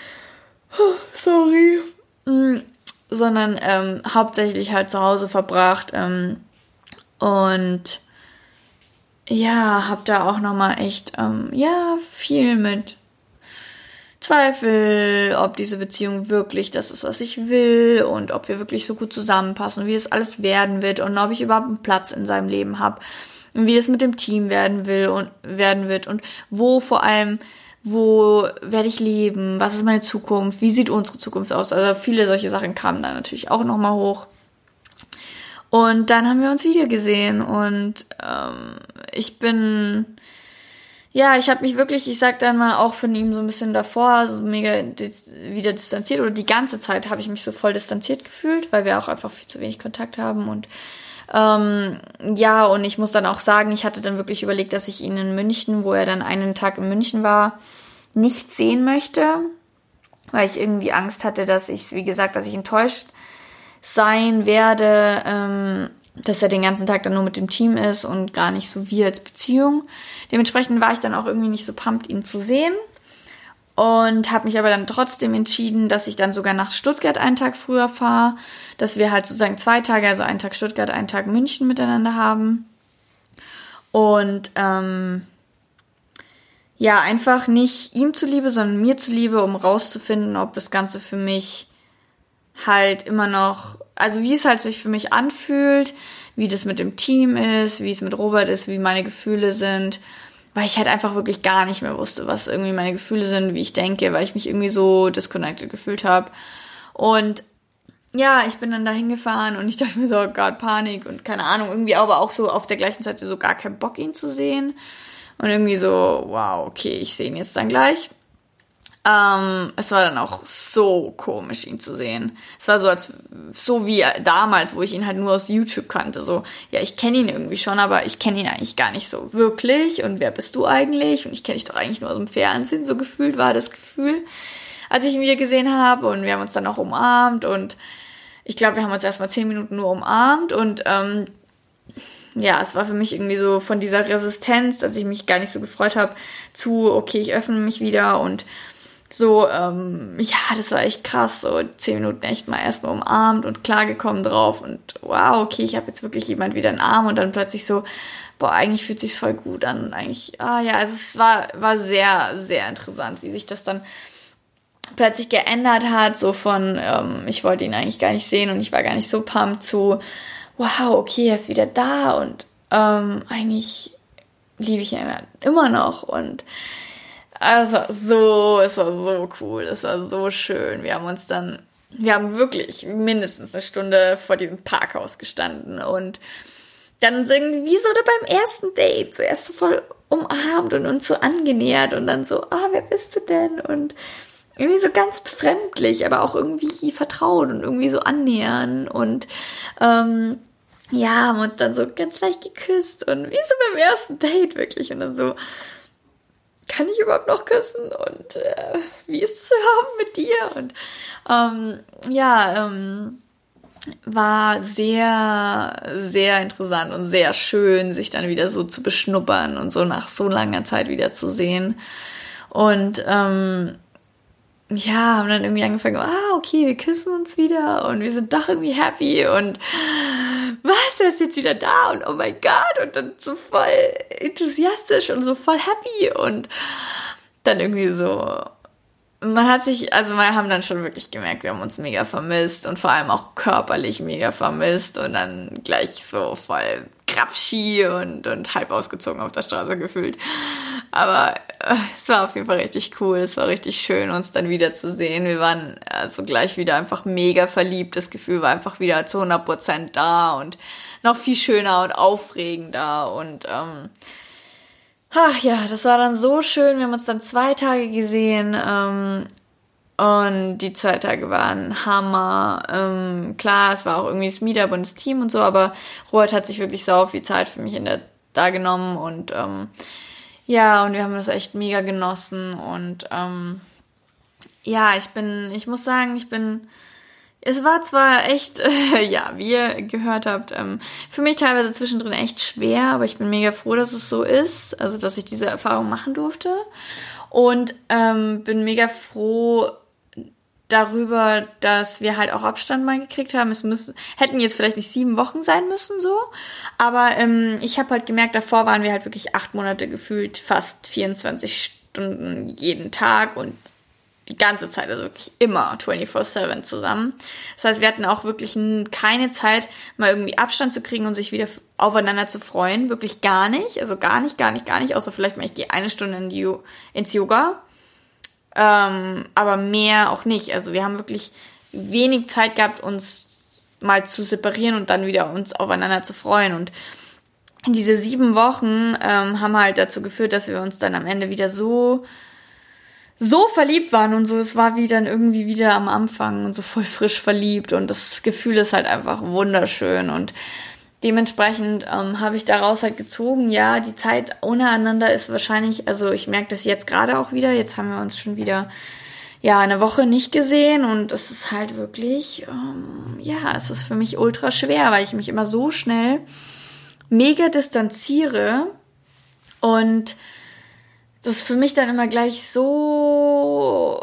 sorry, mm, sondern ähm, hauptsächlich halt zu Hause verbracht. Ähm, und ja, habe da auch noch mal echt, ähm, ja, viel mit Zweifel, ob diese Beziehung wirklich das ist, was ich will und ob wir wirklich so gut zusammenpassen und wie es alles werden wird und ob ich überhaupt einen Platz in seinem Leben habe und wie es mit dem Team werden will und werden wird und wo vor allem, wo werde ich leben, was ist meine Zukunft, wie sieht unsere Zukunft aus. Also viele solche Sachen kamen dann natürlich auch nochmal hoch. Und dann haben wir uns wieder gesehen und ähm, ich bin ja, ich habe mich wirklich, ich sag dann mal, auch von ihm so ein bisschen davor so mega dis- wieder distanziert. Oder die ganze Zeit habe ich mich so voll distanziert gefühlt, weil wir auch einfach viel zu wenig Kontakt haben. Und ähm, ja, und ich muss dann auch sagen, ich hatte dann wirklich überlegt, dass ich ihn in München, wo er dann einen Tag in München war, nicht sehen möchte. Weil ich irgendwie Angst hatte, dass ich, wie gesagt, dass ich enttäuscht sein werde, ähm, dass er den ganzen Tag dann nur mit dem Team ist und gar nicht so wir als Beziehung. Dementsprechend war ich dann auch irgendwie nicht so pumped, ihn zu sehen und habe mich aber dann trotzdem entschieden, dass ich dann sogar nach Stuttgart einen Tag früher fahre, dass wir halt sozusagen zwei Tage, also einen Tag Stuttgart, einen Tag München miteinander haben und ähm, ja, einfach nicht ihm zuliebe, sondern mir zuliebe, um rauszufinden, ob das Ganze für mich halt immer noch, also wie es halt sich für mich anfühlt, wie das mit dem Team ist, wie es mit Robert ist, wie meine Gefühle sind, weil ich halt einfach wirklich gar nicht mehr wusste, was irgendwie meine Gefühle sind, wie ich denke, weil ich mich irgendwie so disconnected gefühlt habe. Und ja, ich bin dann da hingefahren und ich dachte mir so, oh Gott, Panik und keine Ahnung, irgendwie aber auch so auf der gleichen Seite so gar keinen Bock, ihn zu sehen. Und irgendwie so, wow, okay, ich sehe ihn jetzt dann gleich. Ähm, es war dann auch so komisch, ihn zu sehen. Es war so, als so wie damals, wo ich ihn halt nur aus YouTube kannte. So, ja, ich kenne ihn irgendwie schon, aber ich kenne ihn eigentlich gar nicht so wirklich. Und wer bist du eigentlich? Und ich kenne dich doch eigentlich nur aus dem Fernsehen. So gefühlt war das Gefühl, als ich ihn wieder gesehen habe. Und wir haben uns dann auch umarmt. Und ich glaube, wir haben uns erstmal zehn Minuten nur umarmt. Und ähm, ja, es war für mich irgendwie so von dieser Resistenz, dass ich mich gar nicht so gefreut habe, zu, okay, ich öffne mich wieder und so, ähm, ja, das war echt krass, so zehn Minuten echt mal erstmal umarmt und klargekommen drauf und wow, okay, ich habe jetzt wirklich jemand wieder in den Arm und dann plötzlich so, boah, eigentlich fühlt sich's voll gut an und eigentlich, ah ja, also es war, war sehr, sehr interessant, wie sich das dann plötzlich geändert hat, so von, ähm, ich wollte ihn eigentlich gar nicht sehen und ich war gar nicht so pumped zu, wow, okay, er ist wieder da und ähm, eigentlich liebe ich ihn immer noch und also so, es war so cool, es war so schön. Wir haben uns dann, wir haben wirklich mindestens eine Stunde vor diesem Parkhaus gestanden und dann irgendwie wie so beim ersten Date, zuerst so voll umarmt und uns so angenähert und dann so, ah, wer bist du denn? Und irgendwie so ganz befremdlich, aber auch irgendwie vertraut und irgendwie so annähern und ähm, ja, haben uns dann so ganz leicht geküsst und wie so beim ersten Date wirklich und dann so, kann ich überhaupt noch küssen und äh, wie ist es überhaupt mit dir? Und ähm, ja, ähm, war sehr, sehr interessant und sehr schön, sich dann wieder so zu beschnuppern und so nach so langer Zeit wieder zu sehen. Und ähm, ja, haben dann irgendwie angefangen, ah, okay, wir küssen uns wieder und wir sind doch irgendwie happy und was, er ist jetzt wieder da und oh mein Gott und dann so voll enthusiastisch und so voll happy und dann irgendwie so, man hat sich, also wir haben dann schon wirklich gemerkt, wir haben uns mega vermisst und vor allem auch körperlich mega vermisst und dann gleich so voll Grapschi und, und halb ausgezogen auf der Straße gefühlt. Aber äh, es war auf jeden Fall richtig cool, es war richtig schön, uns dann wiederzusehen. Wir waren also gleich wieder einfach mega verliebt, das Gefühl war einfach wieder zu hundert Prozent da und noch viel schöner und aufregender und ähm, ach ja, das war dann so schön. Wir haben uns dann zwei Tage gesehen ähm, und die zwei Tage waren Hammer. Ähm, klar, es war auch irgendwie das Meetup und das Team und so, aber Robert hat sich wirklich sau viel Zeit für mich in der da genommen und ähm, ja, und wir haben das echt mega genossen und ähm, ja, ich bin, ich muss sagen, ich bin Es war zwar echt, äh, ja, wie ihr gehört habt, ähm, für mich teilweise zwischendrin echt schwer, aber ich bin mega froh, dass es so ist, also dass ich diese Erfahrung machen durfte und ähm, bin mega froh darüber, dass wir halt auch Abstand mal gekriegt haben. Es müssen, hätten jetzt vielleicht nicht sieben Wochen sein müssen so, aber ähm, ich habe halt gemerkt, davor waren wir halt wirklich acht Monate gefühlt, fast vierundzwanzig Stunden jeden Tag und die ganze Zeit, also wirklich immer vierundzwanzig sieben zusammen. Das heißt, wir hatten auch wirklich keine Zeit, mal irgendwie Abstand zu kriegen und sich wieder aufeinander zu freuen. Wirklich gar nicht. Also gar nicht, gar nicht, gar nicht. Außer vielleicht mal ich gehe eine Stunde in die, ins Yoga. Ähm, aber mehr auch nicht. Also wir haben wirklich wenig Zeit gehabt, uns mal zu separieren und dann wieder uns aufeinander zu freuen. Und diese sieben Wochen ähm, haben halt dazu geführt, dass wir uns dann am Ende wieder so so verliebt waren und so, es war wie dann irgendwie wieder am Anfang und so voll frisch verliebt und das Gefühl ist halt einfach wunderschön und dementsprechend ähm, habe ich daraus halt gezogen, ja, die Zeit ohne einander ist wahrscheinlich, also ich merke das jetzt gerade auch wieder, jetzt haben wir uns schon wieder, ja, eine Woche nicht gesehen und es ist halt wirklich, ähm, ja, es ist für mich ultra schwer, weil ich mich immer so schnell mega distanziere und das für mich dann immer gleich so,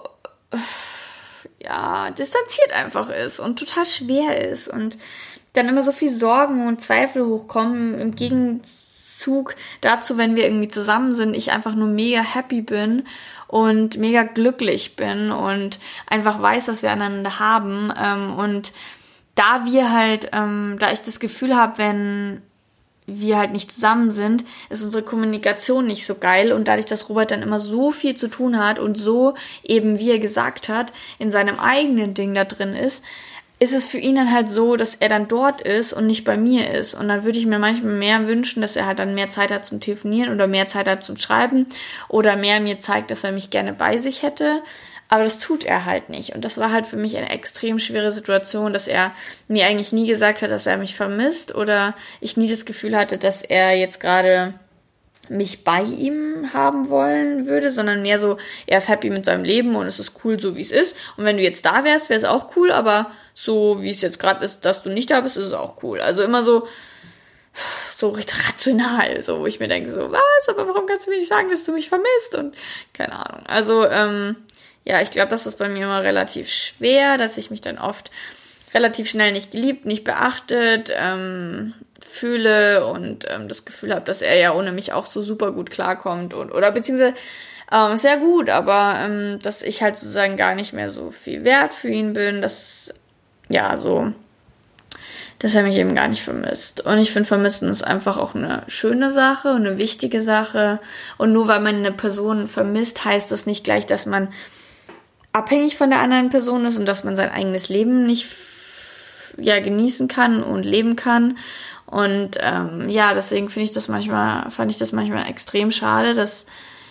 ja, distanziert einfach ist und total schwer ist und dann immer so viel Sorgen und Zweifel hochkommen im Gegenzug dazu, wenn wir irgendwie zusammen sind, ich einfach nur mega happy bin und mega glücklich bin und einfach weiß, dass wir einander haben und da wir halt, ähm, da ich das Gefühl habe, wenn wir halt nicht zusammen sind, ist unsere Kommunikation nicht so geil und dadurch, dass Robert dann immer so viel zu tun hat und so eben, wie er gesagt hat, in seinem eigenen Ding da drin ist, ist es für ihn dann halt so, dass er dann dort ist und nicht bei mir ist und dann würde ich mir manchmal mehr wünschen, dass er halt dann mehr Zeit hat zum Telefonieren oder mehr Zeit hat zum Schreiben oder mehr mir zeigt, dass er mich gerne bei sich hätte. Aber das tut er halt nicht. Und das war halt für mich eine extrem schwere Situation, dass er mir eigentlich nie gesagt hat, dass er mich vermisst oder ich nie das Gefühl hatte, dass er jetzt gerade mich bei ihm haben wollen würde, sondern mehr so, er ist happy mit seinem Leben und es ist cool, so wie es ist. Und wenn du jetzt da wärst, wäre es auch cool, aber so wie es jetzt gerade ist, dass du nicht da bist, ist es auch cool. Also immer so, so recht rational, so wo ich mir denke, so, was, aber warum kannst du mir nicht sagen, dass du mich vermisst? Und keine Ahnung. Also, ähm, ja, ich glaube, das ist bei mir immer relativ schwer, dass ich mich dann oft relativ schnell nicht geliebt, nicht beachtet ähm, fühle und ähm, das Gefühl habe, dass er ja ohne mich auch so super gut klarkommt und oder beziehungsweise ähm, sehr gut, aber ähm, dass ich halt sozusagen gar nicht mehr so viel wert für ihn bin, dass ja so, dass er mich eben gar nicht vermisst. Und ich finde, vermissen ist einfach auch eine schöne Sache und eine wichtige Sache und nur weil man eine Person vermisst, heißt das nicht gleich, dass man abhängig von der anderen Person ist und dass man sein eigenes Leben nicht ja genießen kann und leben kann. Und ähm, ja, deswegen finde ich das manchmal, fand ich das manchmal extrem schade, dass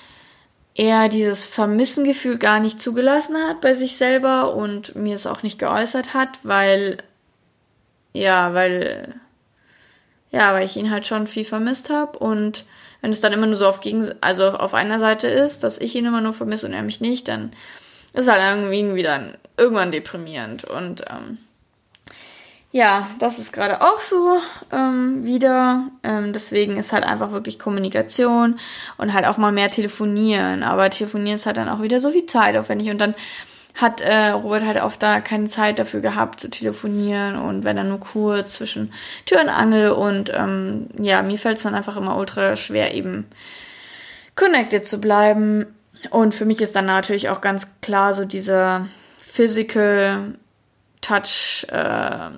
er dieses Vermissengefühl gar nicht zugelassen hat bei sich selber und mir es auch nicht geäußert hat, weil ja, weil ja, weil ich ihn halt schon viel vermisst habe und wenn es dann immer nur so auf gegen also auf einer Seite ist, dass ich ihn immer nur vermisse und er mich nicht, dann ist halt irgendwie wieder irgendwann deprimierend. Und ähm, ja, das ist gerade auch so ähm, wieder. Ähm, deswegen ist halt einfach wirklich Kommunikation und halt auch mal mehr telefonieren. Aber telefonieren ist halt dann auch wieder so viel zeitaufwendig. Und dann hat äh, Robert halt oft da keine Zeit dafür gehabt zu telefonieren. Und wenn dann nur kurz zwischen Tür und Angel. Und ähm, ja, mir fällt es dann einfach immer ultra schwer, eben connected zu bleiben. Und für mich ist dann natürlich auch ganz klar so dieser Physical Touch äh,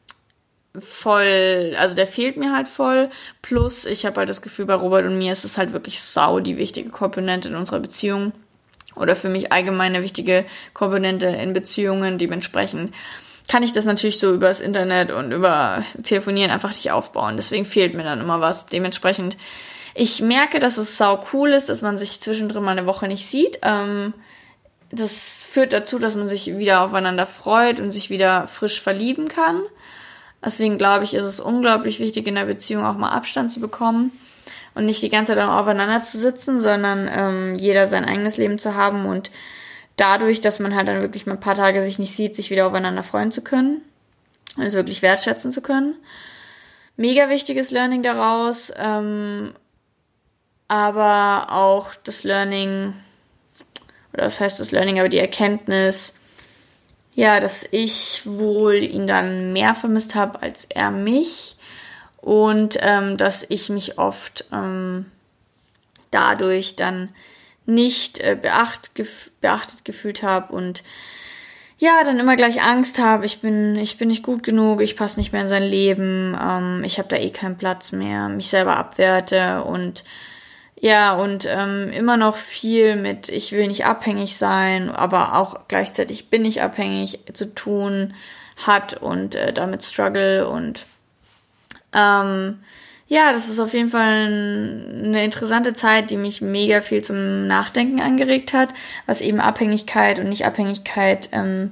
voll, also der fehlt mir halt voll. Plus ich habe halt das Gefühl, bei Robert und mir ist es halt wirklich sau die wichtige Komponente in unserer Beziehung. Oder für mich allgemein eine wichtige Komponente in Beziehungen. Dementsprechend kann ich das natürlich so über das Internet und über Telefonieren einfach nicht aufbauen. Deswegen fehlt mir dann immer was. Dementsprechend ich merke, dass es sau cool ist, dass man sich zwischendrin mal eine Woche nicht sieht. Ähm, das führt dazu, dass man sich wieder aufeinander freut und sich wieder frisch verlieben kann. Deswegen glaube ich, ist es unglaublich wichtig, in der Beziehung auch mal Abstand zu bekommen und nicht die ganze Zeit aufeinander zu sitzen, sondern ähm, jeder sein eigenes Leben zu haben und dadurch, dass man halt dann wirklich mal ein paar Tage sich nicht sieht, sich wieder aufeinander freuen zu können und es wirklich wertschätzen zu können. Mega wichtiges Learning daraus, ähm, aber auch das Learning, oder was heißt das Learning, aber die Erkenntnis, ja, dass ich wohl ihn dann mehr vermisst habe als er mich und ähm, dass ich mich oft ähm, dadurch dann nicht äh, beacht, gef- beachtet gefühlt habe und ja, dann immer gleich Angst habe, ich bin ich bin nicht gut genug, ich passe nicht mehr in sein Leben, ähm, ich habe da eh keinen Platz mehr, mich selber abwerte und ja, und ähm, immer noch viel mit, ich will nicht abhängig sein, aber auch gleichzeitig bin ich abhängig zu tun hat und äh, damit struggle und ähm, ja, das ist auf jeden Fall eine interessante Zeit, die mich mega viel zum Nachdenken angeregt hat, was eben Abhängigkeit und Nicht-Abhängigkeit ähm,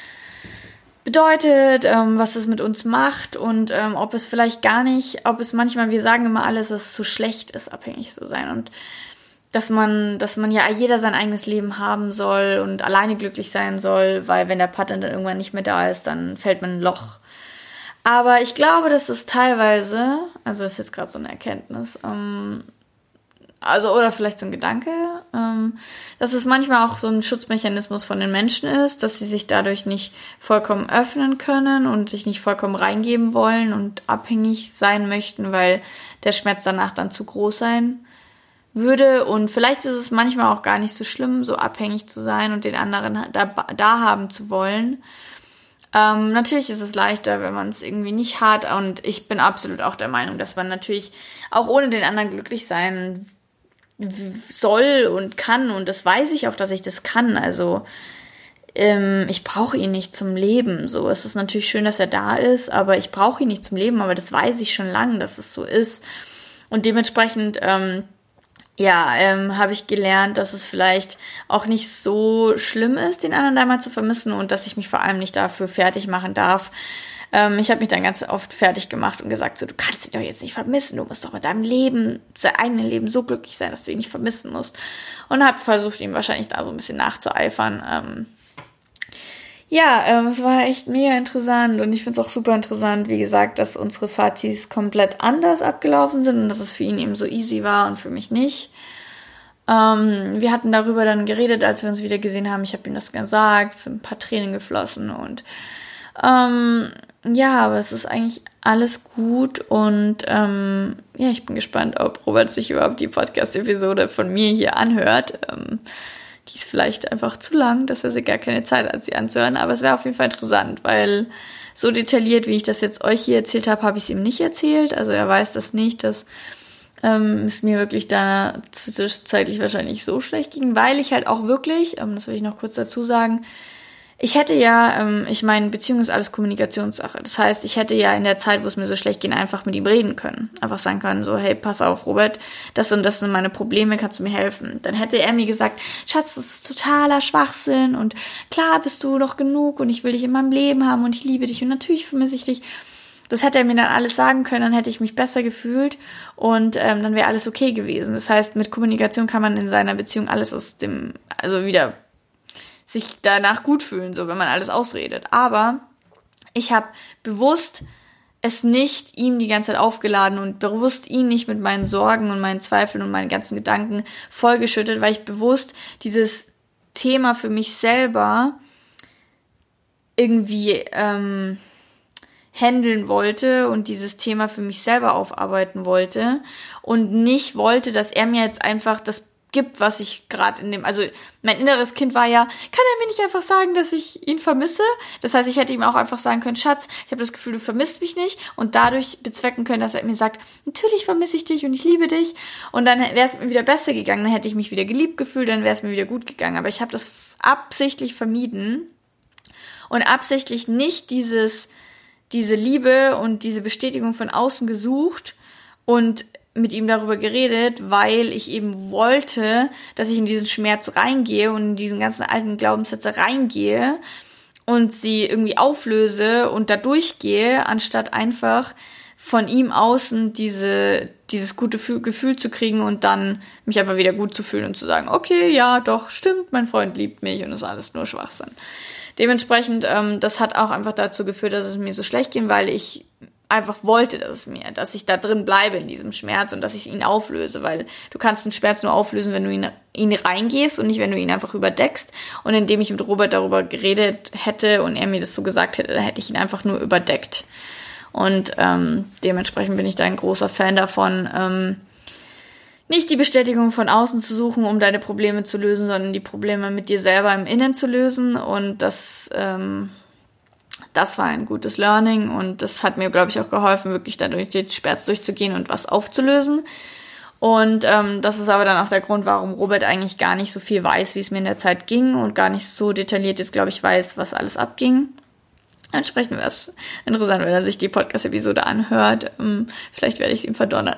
bedeutet, ähm, was es mit uns macht und ähm, ob es vielleicht gar nicht, ob es manchmal, wir sagen immer alles, dass es so schlecht ist, abhängig zu sein und dass man, dass man ja jeder sein eigenes Leben haben soll und alleine glücklich sein soll, weil wenn der Partner dann irgendwann nicht mehr da ist, dann fällt man in ein Loch. Aber ich glaube, dass es teilweise, also das ist jetzt gerade so eine Erkenntnis, ähm, also oder vielleicht so ein Gedanke, ähm, dass es manchmal auch so ein Schutzmechanismus von den Menschen ist, dass sie sich dadurch nicht vollkommen öffnen können und sich nicht vollkommen reingeben wollen und abhängig sein möchten, weil der Schmerz danach dann zu groß sein würde. Und vielleicht ist es manchmal auch gar nicht so schlimm, so abhängig zu sein und den anderen da, da haben zu wollen. Ähm, natürlich ist es leichter, wenn man es irgendwie nicht hat und ich bin absolut auch der Meinung, dass man natürlich auch ohne den anderen glücklich sein soll und kann und das weiß ich auch, dass ich das kann, also ähm, ich brauche ihn nicht zum Leben, so, es ist natürlich schön, dass er da ist, aber ich brauche ihn nicht zum Leben, aber das weiß ich schon lange, dass es so ist und dementsprechend ähm, ja, ähm, habe ich gelernt, dass es vielleicht auch nicht so schlimm ist, den anderen da mal zu vermissen und dass ich mich vor allem nicht dafür fertig machen darf. Ähm, ich habe mich dann ganz oft fertig gemacht und gesagt, so, du kannst ihn doch jetzt nicht vermissen, du musst doch mit deinem Leben, deinem eigenen Leben so glücklich sein, dass du ihn nicht vermissen musst. Und habe versucht, ihm wahrscheinlich da so ein bisschen nachzueifern. Ähm, ja, ähm, es war echt mega interessant und ich finde es auch super interessant, wie gesagt, dass unsere Fazis komplett anders abgelaufen sind und dass es für ihn eben so easy war und für mich nicht. Ähm, wir hatten darüber dann geredet, als wir uns wieder gesehen haben. Ich habe ihm das gesagt, es sind ein paar Tränen geflossen und ähm, ja, aber es ist eigentlich alles gut und ähm, ja, ich bin gespannt, ob Robert sich überhaupt die Podcast-Episode von mir hier anhört. Ähm, Die ist vielleicht einfach zu lang, dass er sich gar keine Zeit hat, sie anzuhören. Aber es wäre auf jeden Fall interessant, weil so detailliert, wie ich das jetzt euch hier erzählt habe, habe ich es ihm nicht erzählt. Also er weiß das nicht, dass ähm, es mir wirklich da zwischenzeitlich wahrscheinlich so schlecht ging, weil ich halt auch wirklich, ähm, das will ich noch kurz dazu sagen, ich hätte ja, ähm, ich meine, Beziehung ist alles Kommunikationssache. Das heißt, ich hätte ja in der Zeit, wo es mir so schlecht ging, einfach mit ihm reden können. Einfach sagen können, so, hey, pass auf, Robert, das und das sind meine Probleme, kannst du mir helfen? Dann hätte er mir gesagt, Schatz, das ist totaler Schwachsinn und klar bist du doch genug und ich will dich in meinem Leben haben und ich liebe dich und natürlich vermisse ich dich. Das hätte er mir dann alles sagen können, dann hätte ich mich besser gefühlt und ähm, dann wäre alles okay gewesen. Das heißt, mit Kommunikation kann man in seiner Beziehung alles aus dem, also wieder sich danach gut fühlen, so wenn man alles ausredet. Aber ich habe bewusst es nicht ihm die ganze Zeit aufgeladen und bewusst ihn nicht mit meinen Sorgen und meinen Zweifeln und meinen ganzen Gedanken vollgeschüttet, weil ich bewusst dieses Thema für mich selber irgendwie ähm, handeln wollte und dieses Thema für mich selber aufarbeiten wollte und nicht wollte, dass er mir jetzt einfach das gibt, was ich gerade in dem, also mein inneres Kind war ja, kann er mir nicht einfach sagen, dass ich ihn vermisse? Das heißt, ich hätte ihm auch einfach sagen können, Schatz, ich habe das Gefühl, du vermisst mich nicht und dadurch bezwecken können, dass er mir sagt, natürlich vermisse ich dich und ich liebe dich und dann wäre es mir wieder besser gegangen, dann hätte ich mich wieder geliebt gefühlt, dann wäre es mir wieder gut gegangen, aber ich habe das absichtlich vermieden und absichtlich nicht dieses, diese Liebe und diese Bestätigung von außen gesucht und mit ihm darüber geredet, weil ich eben wollte, dass ich in diesen Schmerz reingehe und in diesen ganzen alten Glaubenssätze reingehe und sie irgendwie auflöse und da durchgehe, anstatt einfach von ihm außen diese, dieses gute Gefühl zu kriegen und dann mich einfach wieder gut zu fühlen und zu sagen, okay, ja, doch, stimmt, mein Freund liebt mich und das ist alles nur Schwachsinn. Dementsprechend, ähm, das hat auch einfach dazu geführt, dass es mir so schlecht ging, weil ich einfach wollte, dass es mir, dass ich da drin bleibe in diesem Schmerz und dass ich ihn auflöse, weil du kannst den Schmerz nur auflösen, wenn du ihn, ihn reingehst und nicht, wenn du ihn einfach überdeckst. Und indem ich mit Robert darüber geredet hätte und er mir das so gesagt hätte, dann hätte ich ihn einfach nur überdeckt. Und ähm, dementsprechend bin ich da ein großer Fan davon, ähm, nicht die Bestätigung von außen zu suchen, um deine Probleme zu lösen, sondern die Probleme mit dir selber im Innen zu lösen. Und das ähm, Das war ein gutes Learning und das hat mir, glaube ich, auch geholfen, wirklich dadurch den Schmerz durchzugehen und was aufzulösen. Und ähm, das ist aber dann auch der Grund, warum Robert eigentlich gar nicht so viel weiß, wie es mir in der Zeit ging und gar nicht so detailliert jetzt, glaube ich, weiß, was alles abging. Entsprechend wäre es interessant, wenn er sich die Podcast-Episode anhört. Ähm, vielleicht werde ich ihn verdonnern.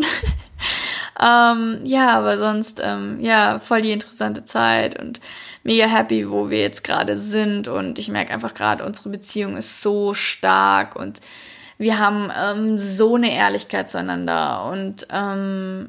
ähm, ja, aber sonst, ähm, ja, voll die interessante Zeit und mega happy, wo wir jetzt gerade sind. Und ich merke einfach gerade, unsere Beziehung ist so stark und wir haben ähm, so eine Ehrlichkeit zueinander. Und ähm,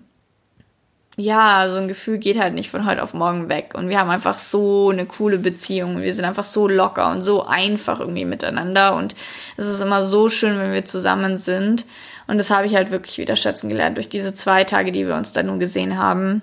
ja, so ein Gefühl geht halt nicht von heute auf morgen weg. Und wir haben einfach so eine coole Beziehung. Wir sind einfach so locker und so einfach irgendwie miteinander. Und es ist immer so schön, wenn wir zusammen sind. Und das habe ich halt wirklich wieder schätzen gelernt durch diese zwei Tage, die wir uns da nun gesehen haben.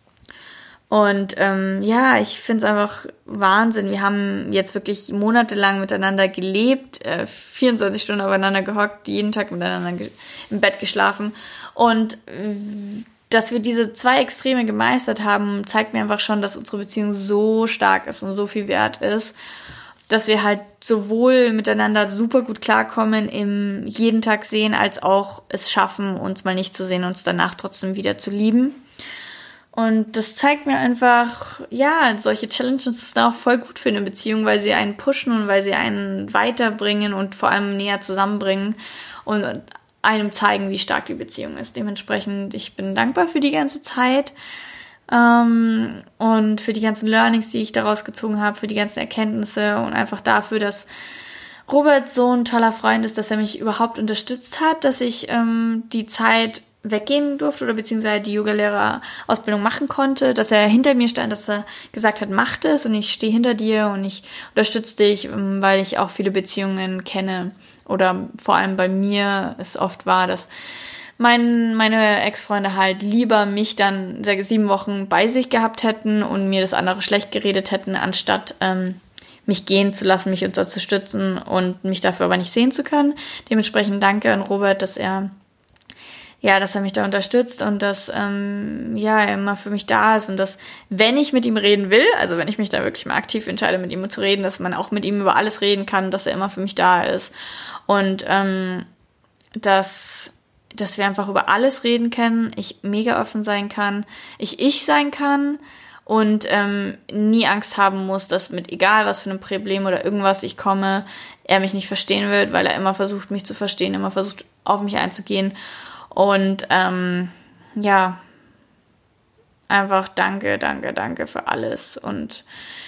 Und ähm, ja, ich finde es einfach Wahnsinn. Wir haben jetzt wirklich monatelang miteinander gelebt, äh, vierundzwanzig Stunden aufeinander gehockt, jeden Tag miteinander ge- im Bett geschlafen. Und äh, dass wir diese zwei Extreme gemeistert haben, zeigt mir einfach schon, dass unsere Beziehung so stark ist und so viel wert ist, dass wir halt sowohl miteinander super gut klarkommen im jeden Tag sehen, als auch es schaffen, uns mal nicht zu sehen, uns danach trotzdem wieder zu lieben. Und das zeigt mir einfach, ja, solche Challenges sind auch voll gut für eine Beziehung, weil sie einen pushen und weil sie einen weiterbringen und vor allem näher zusammenbringen und einem zeigen, wie stark die Beziehung ist. Dementsprechend, ich bin dankbar für die ganze Zeit ähm, und für die ganzen Learnings, die ich daraus gezogen habe, für die ganzen Erkenntnisse und einfach dafür, dass Robert so ein toller Freund ist, dass er mich überhaupt unterstützt hat, dass ich ähm, die Zeit weggehen durfte oder beziehungsweise die Yoga-Lehrer-Ausbildung machen konnte, dass er hinter mir stand, dass er gesagt hat, mach das und ich stehe hinter dir und ich unterstütze dich, weil ich auch viele Beziehungen kenne oder vor allem bei mir es oft war, dass mein, meine Ex-Freunde halt lieber mich dann seit sieben Wochen bei sich gehabt hätten und mir das andere schlecht geredet hätten, anstatt ähm, mich gehen zu lassen, mich unterstützen und mich dafür aber nicht sehen zu können. Dementsprechend danke an Robert, dass er ja, dass er mich da unterstützt und dass ähm, ja, er immer für mich da ist und dass, wenn ich mit ihm reden will, also wenn ich mich da wirklich mal aktiv entscheide, mit ihm zu reden, dass man auch mit ihm über alles reden kann, dass er immer für mich da ist und ähm, dass, dass wir einfach über alles reden können, ich mega offen sein kann, ich ich sein kann und ähm, nie Angst haben muss, dass mit egal was für einem Problem oder irgendwas ich komme, er mich nicht verstehen wird, weil er immer versucht, mich zu verstehen, immer versucht, auf mich einzugehen. Und ähm, ja, einfach danke, danke, danke für alles und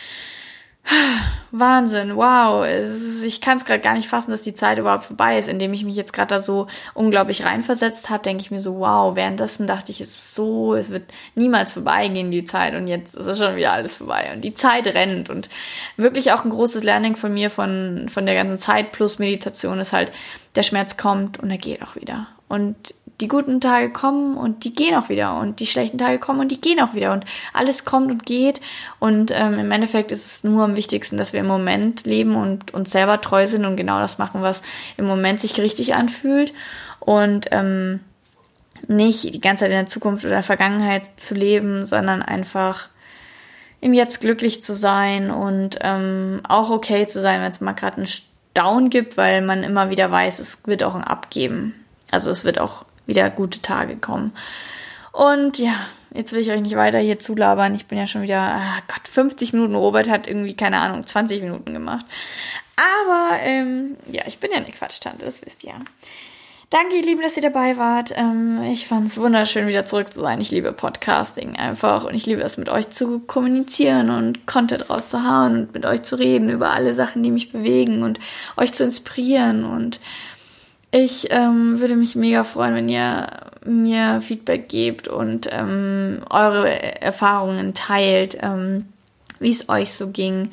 Wahnsinn, wow, es ist, ich kann es gerade gar nicht fassen, dass die Zeit überhaupt vorbei ist, indem ich mich jetzt gerade da so unglaublich reinversetzt habe, denke ich mir so, wow, währenddessen dachte ich, es ist so, es wird niemals vorbeigehen, die Zeit und jetzt ist es schon wieder alles vorbei und die Zeit rennt und wirklich auch ein großes Learning von mir, von, von der ganzen Zeit plus Meditation ist halt, der Schmerz kommt und er geht auch wieder und die guten Tage kommen und die gehen auch wieder und die schlechten Tage kommen und die gehen auch wieder und alles kommt und geht und ähm, im Endeffekt ist es nur am wichtigsten, dass wir im Moment leben und uns selber treu sind und genau das machen, was im Moment sich richtig anfühlt und ähm, nicht die ganze Zeit in der Zukunft oder der Vergangenheit zu leben, sondern einfach im Jetzt glücklich zu sein und ähm, auch okay zu sein, wenn es mal gerade einen Down gibt, weil man immer wieder weiß, es wird auch ein Up geben. Also es wird auch wieder gute Tage kommen. Und ja, jetzt will ich euch nicht weiter hier zulabern. Ich bin ja schon wieder, ah Gott, fünfzig Minuten. Robert hat irgendwie, keine Ahnung, zwanzig Minuten gemacht. Aber, ähm, ja, ich bin ja eine Quatschtante, das wisst ihr. Danke, ihr Lieben, dass ihr dabei wart. Ähm, ich fand es wunderschön, wieder zurück zu sein. Ich liebe Podcasting einfach und ich liebe es, mit euch zu kommunizieren und Content rauszuhauen und mit euch zu reden über alle Sachen, die mich bewegen und euch zu inspirieren und ich ähm, würde mich mega freuen, wenn ihr mir Feedback gebt und ähm, eure Erfahrungen teilt, ähm, wie es euch so ging.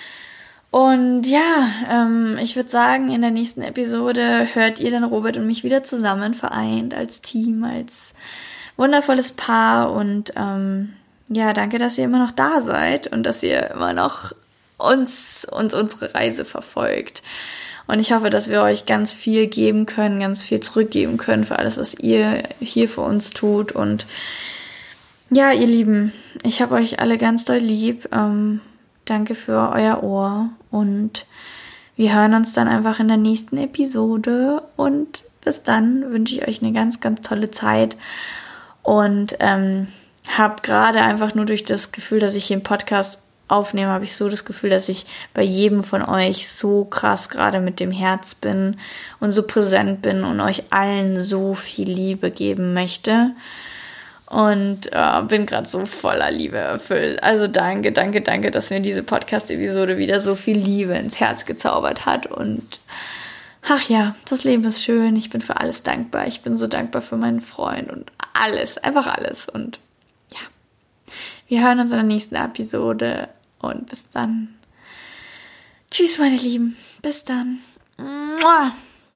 Und ja, ähm, ich würde sagen, in der nächsten Episode hört ihr dann Robert und mich wieder zusammen vereint als Team, als wundervolles Paar. Und ähm, ja, danke, dass ihr immer noch da seid und dass ihr immer noch uns und unsere Reise verfolgt. Und ich hoffe, dass wir euch ganz viel geben können, ganz viel zurückgeben können für alles, was ihr hier für uns tut. Und ja, ihr Lieben, ich habe euch alle ganz doll lieb. Ähm, danke für euer Ohr. Und wir hören uns dann einfach in der nächsten Episode. Und bis dann wünsche ich euch eine ganz, ganz tolle Zeit. Und ähm, habe gerade einfach nur durch das Gefühl, dass ich hier im Podcast aufnehme, habe ich so das Gefühl, dass ich bei jedem von euch so krass gerade mit dem Herz bin und so präsent bin und euch allen so viel Liebe geben möchte. Und äh, bin gerade so voller Liebe erfüllt. Also danke, danke, danke, dass mir diese Podcast-Episode wieder so viel Liebe ins Herz gezaubert hat. Und ach ja, das Leben ist schön. Ich bin für alles dankbar. Ich bin so dankbar für meinen Freund und alles, einfach alles. Und ja, wir hören uns in der nächsten Episode. Und bis dann. Tschüss, meine Lieben. Bis dann. Mua.